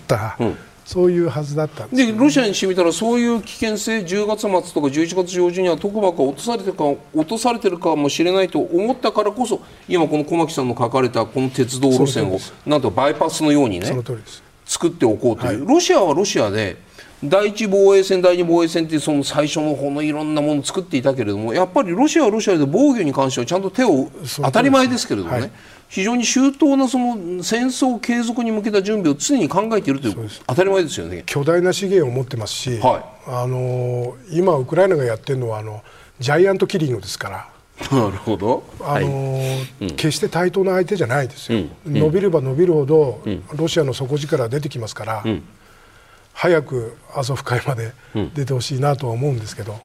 Speaker 2: そういうはずだったんです、ね、
Speaker 3: でロシアにしてみたらそういう危険性、10月末とか11月上旬にはトクマクが落とされてるかもしれないと思ったからこそ、今この小牧さんの書かれたこの鉄道路線をなんとバイパスのようにね作っておこうという、ロシアはロシアで第一防衛線、第二防衛線っていうその最初の方のいろんなものを作っていたけれども、やっぱりロシアはロシアで防御に関してはちゃんと手を、当たり前ですけれどもね、非常に周到なその戦争継続に向けた準備を常に考えているという、当たり前ですよね。
Speaker 2: 巨大な資源を持ってますし、今ウクライナがやってるのはジャイアントキリングですから。
Speaker 3: なるほど。
Speaker 2: 決して対等な相手じゃないですよ。伸びれば伸びるほどロシアの底力が出てきますから、早くアゾフ海まで出てほしいなとは思うんですけど。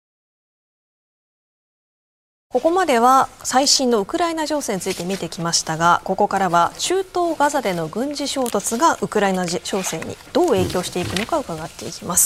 Speaker 1: ここまでは最新のウクライナ情勢について見てきましたが、ここからは中東ガザでの軍事衝突がウクライナ情勢にどう影響していくのか伺っていきます。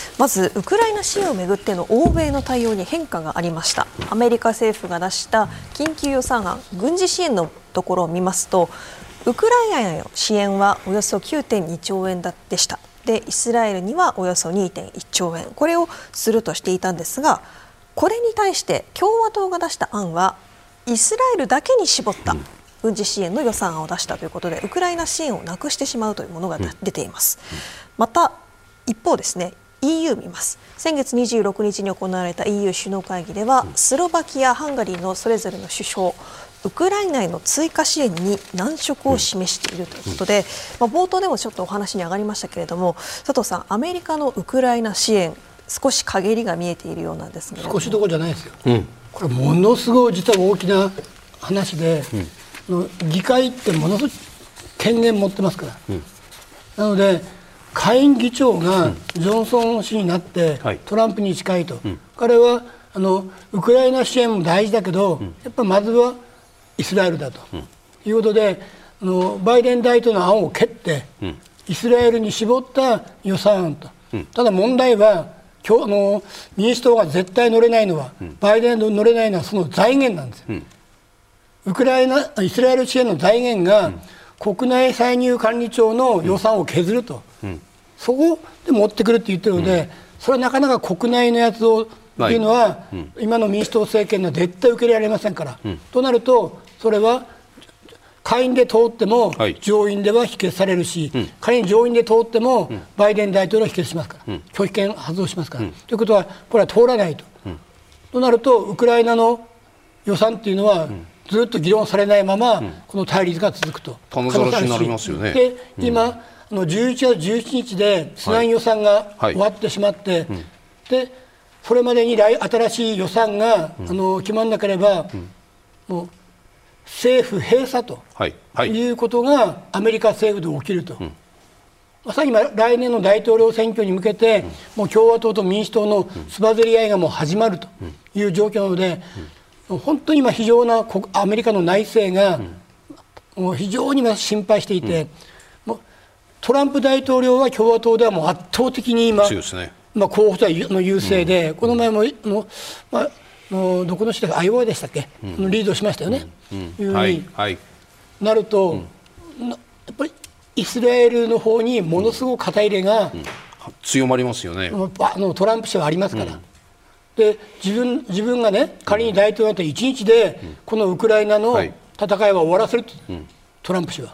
Speaker 1: まずウクライナ支援をめぐっての欧米の対応に変化がありました。アメリカ政府が出した緊急予算案、軍事支援のところを見ますと、ウクライナへの支援はおよそ 9.2 兆円でした。でイスラエルにはおよそ 2.1 兆円、これをするとしていたんですが、これに対して共和党が出した案はイスラエルだけに絞った軍事支援の予算案を出したということで、ウクライナ支援をなくしてしまうというものが出ています。また一方ですね、 EU 見ます。先月26日に行われた EU 首脳会議では、スロバキア、ハンガリーのそれぞれの首相、ウクライナへの追加支援に難色を示しているということで、冒頭でもちょっとお話に上がりましたけれども、佐藤さん、アメリカのウクライナ支援、少し陰りが見えているようなんですね。
Speaker 5: 少しどころじゃないですよ、これものすごい実は大きな話で、議会ってものすごい権限持ってますから、なので下院議長がジョンソン氏になってトランプに近いと、彼はウクライナ支援も大事だけど、やっぱりまずはイスラエルだということで、バイデン大統領の案を蹴ってイスラエルに絞った予算案と、ただ問題は民主党が絶対乗れないのは、バイデンの乗れないのはその財源なんですよ。イスラエル支援の財源が国内歳入管理庁の予算を削ると、そこで持ってくるって言ってるので、それはなかなか国内のやつをっていうのは、今の民主党政権には絶対受け入れられませんから、となるとそれは下院で通っても上院では否決されるし、仮に上院で通ってもバイデン大統領は否決しますから、拒否権発動しますから、ということはこれは通らないと、となるとウクライナの予算っていうのはずっと議論されないままこの対立が続くと、
Speaker 3: 棚ざらしになりますよね。
Speaker 5: で今11月17日でつなぎ予算が終わってしまって、でそれまでに新しい予算が決まらなければ、もう政府閉鎖ということがアメリカ政府で起きると、まさに今来年の大統領選挙に向けてもう共和党と民主党のつばぜり合いがもう始まるという状況なので、本当に今非常なアメリカの内政がもう非常に心配していて、トランプ大統領は共和党ではもう圧倒的に今候補者の優勢で、この前もどこの州かアイオワでしたっけ、リードしましたよね。いうふうになると、やっぱりイスラエルの方にものすごく肩入れが、
Speaker 3: 強まりますよね。
Speaker 5: トランプ氏はありますから、で自分がね、仮に大統領だったら1日でこのウクライナの戦いは終わらせると、トランプ氏は。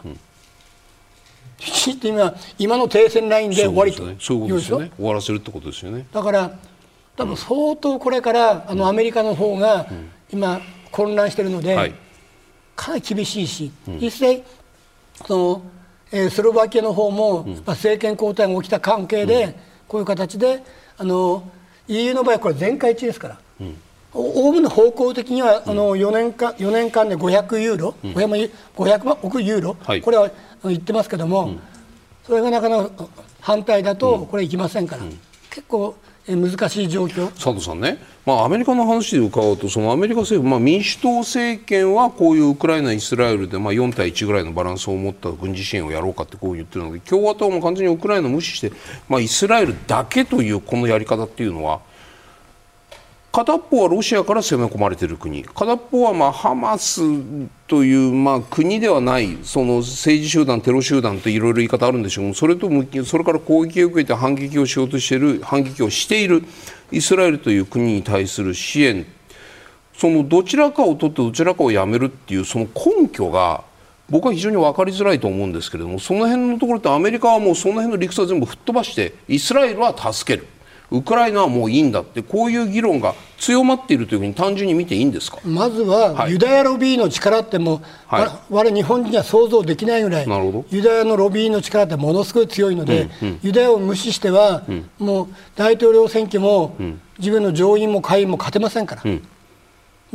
Speaker 5: 今の停戦ラインで終わりということですよね。
Speaker 3: 終わらせるってことですよね。
Speaker 5: だから多分相当これからアメリカの方が今混乱しているので、はい、かなり厳しいし、実際スロバキアの方も政権交代が起きた関係で、こういう形でEU の場合はこれ全会一致ですから、おおむね方向的には4年間で500ユーロ、500億ユーロ、はい、これは言ってますけども、それがなかなか反対だとこれいきませんから、結構難しい状況。
Speaker 3: 佐藤さんね、アメリカの話で伺うと、そのアメリカ政府、民主党政権はこういうウクライナ、イスラエルで4対1ぐらいのバランスを持った軍事支援をやろうかってこう言ってるので、共和党も完全にウクライナを無視して、イスラエルだけというこのやり方っていうのは、片っぽはロシアから攻め込まれている国、片っぽはハマスという国ではないその政治集団、テロ集団といろいろ言い方あるんでしょうけど、それから攻撃を受けて反撃をしようとしている、反撃をしているイスラエルという国に対する支援、そのどちらかを取ってどちらかをやめるっていうその根拠が僕は非常に分かりづらいと思うんですけれども、その辺のところってアメリカはもうその辺の理屈は全部吹っ飛ばして、イスラエルは助ける、ウクライナはもういいんだって、こういう議論が強まっているというふうに単純に見ていいんですか。
Speaker 5: まずはユダヤロビーの力ってもう、我々日本人には想像できないぐらい、ユダヤのロビーの力ってものすごい強いので、ユダヤを無視しては、もう大統領選挙も、自分の上院も下院も勝てませんから、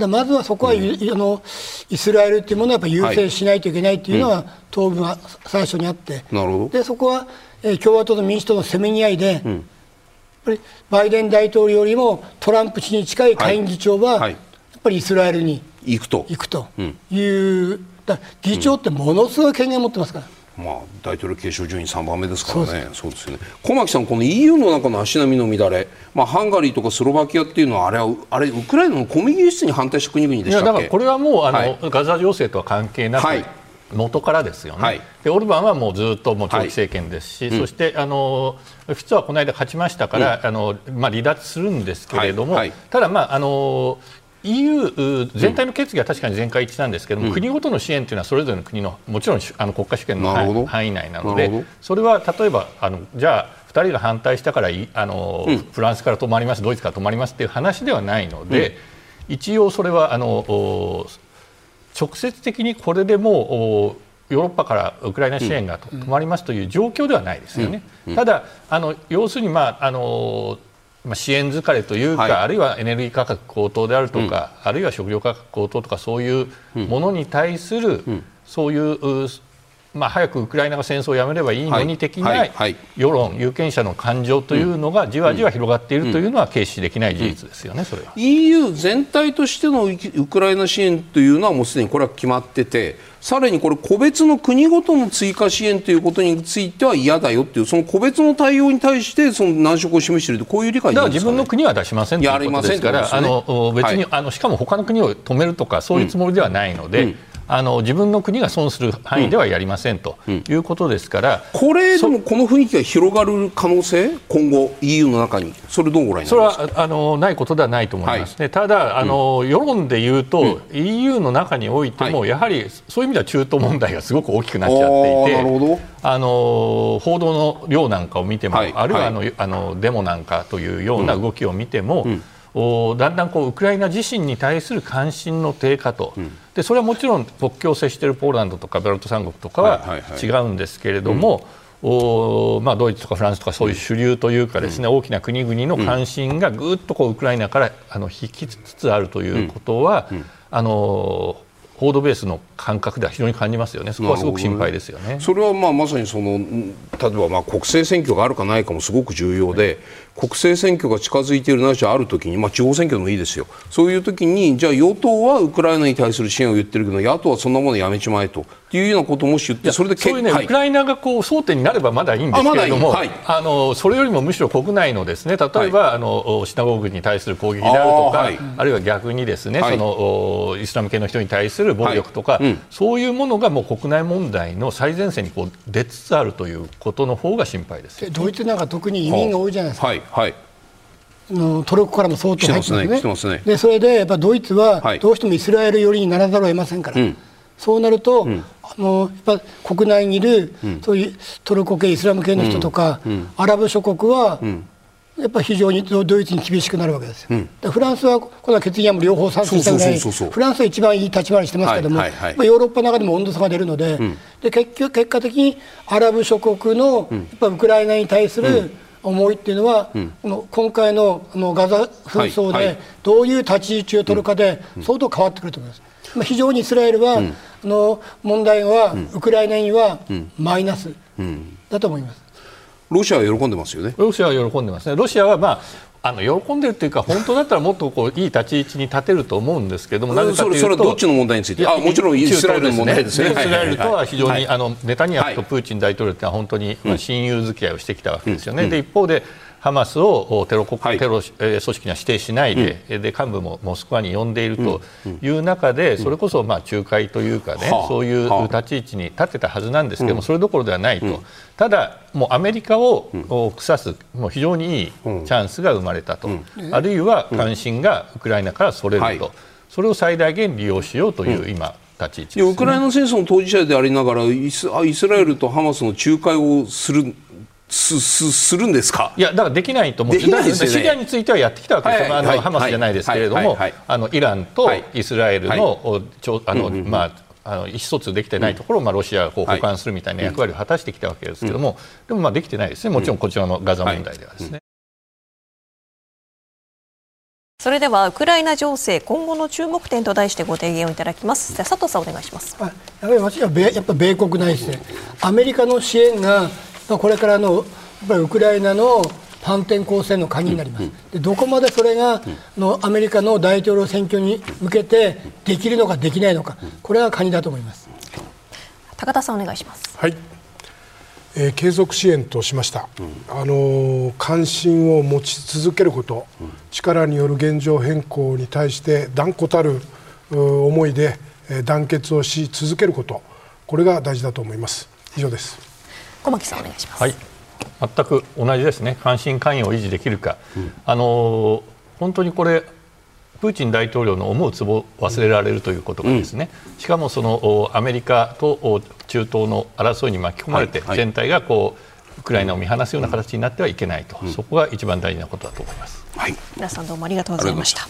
Speaker 5: まずはそこは、イスラエルっていうものはやっぱ優先しないといけないというのは、当分は最初にあって、でそこは、共和党と民主党のせめぎ合いで、やっぱりバイデン大統領よりもトランプ氏に近い下院議長はやっぱりイスラエルに行くという、議長ってものすごい権限を持ってますから、
Speaker 3: 大統領継承順位3番目ですからね。そうですよね。小牧さん、この EU の中の足並みの乱れ、ハンガリーとかスロバキアっていうのはあれウクライナの小麦輸出に反対した国々でしたっけ。
Speaker 4: だからこれはもうガザ情勢とは関係なく、元からですよね、でオルバンはもうずっともう長期政権ですし、そしてフィツはこの間勝ちましたから、離脱するんですけれども、ただ、EU 全体の決議は確かに全会一致なんですけれども、国ごとの支援というのはそれぞれの国のもちろん国家主権の範囲内なので、それは例えばじゃあ2人が反対したからフランスから止まります、ドイツから止まりますという話ではないので、一応それは直接的にこれでもうヨーロッパからウクライナ支援が止まりますという状況ではないですよね。ただ要するに支援疲れというか、あるいはエネルギー価格高騰であるとか、あるいは食料価格高騰とか、そういうものに対する、そういう早くウクライナが戦争をやめればいいのに的な世論、有権者の感情というのがじわじわ広がっているというのは軽視できない事実ですよね。それは
Speaker 3: EU 全体としてのウクライナ支援というのはもうすでにこれは決まってて、さらにこれ個別の国ごとの追加支援ということについては嫌だよっていう、その個別の対応に対してその難色を示していると、こういう理解でいいんですかね。
Speaker 4: だから自分の国は出しませんということですから、別にしかも他の国を止めるとかそういうつもりではないので、自分の国が損する範囲ではやりませんということですから、
Speaker 3: これでもこの雰囲気が広がる可能性、今後 EU の中に、それどうご覧になりますか。
Speaker 4: それはないことではないと思いますね。ただ世論でいうと、EU の中においてもやはりそういう意味では中東問題がすごく大きくなっちゃっていて、報道の量なんかを見ても、あるいはデモなんかというような動きを見ても、だんだんウクライナ自身に対する関心の低下と、でそれはもちろん国境を接しているポーランドとかベルト三国とかは違うんですけれども、ドイツとかフランスとかそういう主流というかですね、大きな国々の関心がぐっとウクライナから引きつつあるということは、報道ベースの感覚では非常に感じますよね。そこはすごく心配ですよね。
Speaker 3: それはまさに例えば国政選挙があるかないかもすごく重要で、国政選挙が近づいているないしあるときに、地方選挙でもいいですよ。そういうときにじゃあ与党はウクライナに対する支援を言ってるけど、野党はそんなものやめちまえというようなことをもし言って、それで
Speaker 4: そういうウクライナが争点になればまだいいんですけれども、それよりもむしろ国内のですね、例えばシナゴーグに対する攻撃であるとか、あるいは逆にですね、イスラム系の人に対する暴力とか、そういうものがもう国内問題の最前線に出つつあるということの方が心配です。
Speaker 5: ドイツなんか特に移民が多いじゃないですか。トルコからも相当入ってますね。でそれでやっぱドイツはどうしてもイスラエル寄りにならざるを得ませんから、そうなると、やっぱ国内にいる、そういうトルコ系イスラム系の人とか、アラブ諸国は、 やっぱり非常にドイツに厳しくなるわけですよ。フランスはこの決議案も両方賛成したぐらい、フランスは一番いい立ち回りしてますけども、ヨーロッパの中でも温度差が出るので、結果的にアラブ諸国のやっぱウクライナに対する思いっていうのは、今回のガザ紛争でどういう立ち位置を取るかで相当変わってくると思います。非常にイスラエルは、問題はウクライナにはマイナスだと思います。
Speaker 3: ロシアは喜んでますよね。
Speaker 4: ロシアは喜んでますね。ロシアは、喜んでるというか、本当だったらもっといい立ち位置に立てると思うんですけども、なぜかというと、
Speaker 3: それはどっちの問題について、もちろんイスラエルの問題ですね。
Speaker 4: イスラエルとは非常に、ネタニヤフとプーチン大統領というのは本当に親友付き合いをしてきたわけですよね。で一方でハマスをテロ組織には指定しないで、幹部もモスクワに呼んでいるという中で、それこそ仲介というかね、そういう立ち位置に立ってたはずなんですけども、それどころではないと。ただもうアメリカを腐すもう非常にいいチャンスが生まれたと、あるいは関心がウクライナからそれると、それを最大限利用しようという今立ち位置ですね。
Speaker 3: ウクライナ戦争の当事者でありながらイスラエルとハマスの仲介をするんですか。
Speaker 4: いや、だからできないと思う。シリアについてはやってきたわけですよ。ハマスじゃないですけれども、イランとイスラエルの意思疎通できてないところをロシアが補完するみたいな役割を果たしてきたわけですけれども、でもできてないですね。もちろんこちらのガザ問題ではですね。
Speaker 1: それではウクライナ情勢今後の注目点と題してご提言をいただきます。じゃあ佐藤さんお願いします。
Speaker 5: やっぱ米国内政、アメリカの支援がこれからのやっぱりウクライナの反転攻勢の鍵になります。でどこまでそれがアメリカの大統領選挙に向けてできるのかできないのか、これが鍵だと思います。
Speaker 1: 高田さんお願いします。
Speaker 2: はい、継続支援としました。関心を持ち続けること、力による現状変更に対して断固たる思いで団結をし続けること、これが大事だと思います。以上です。
Speaker 1: 小牧さんお願いします。
Speaker 4: はい、全く同じですね。関心関与を維持できるか、本当にこれプーチン大統領の思うツボを忘れられるということがですね、しかもそのアメリカと中東の争いに巻き込まれて、全体がウクライナを見放すような形になってはいけないと、そこが一番大事なことだと思います。
Speaker 1: 皆さんどうもありがとうございました。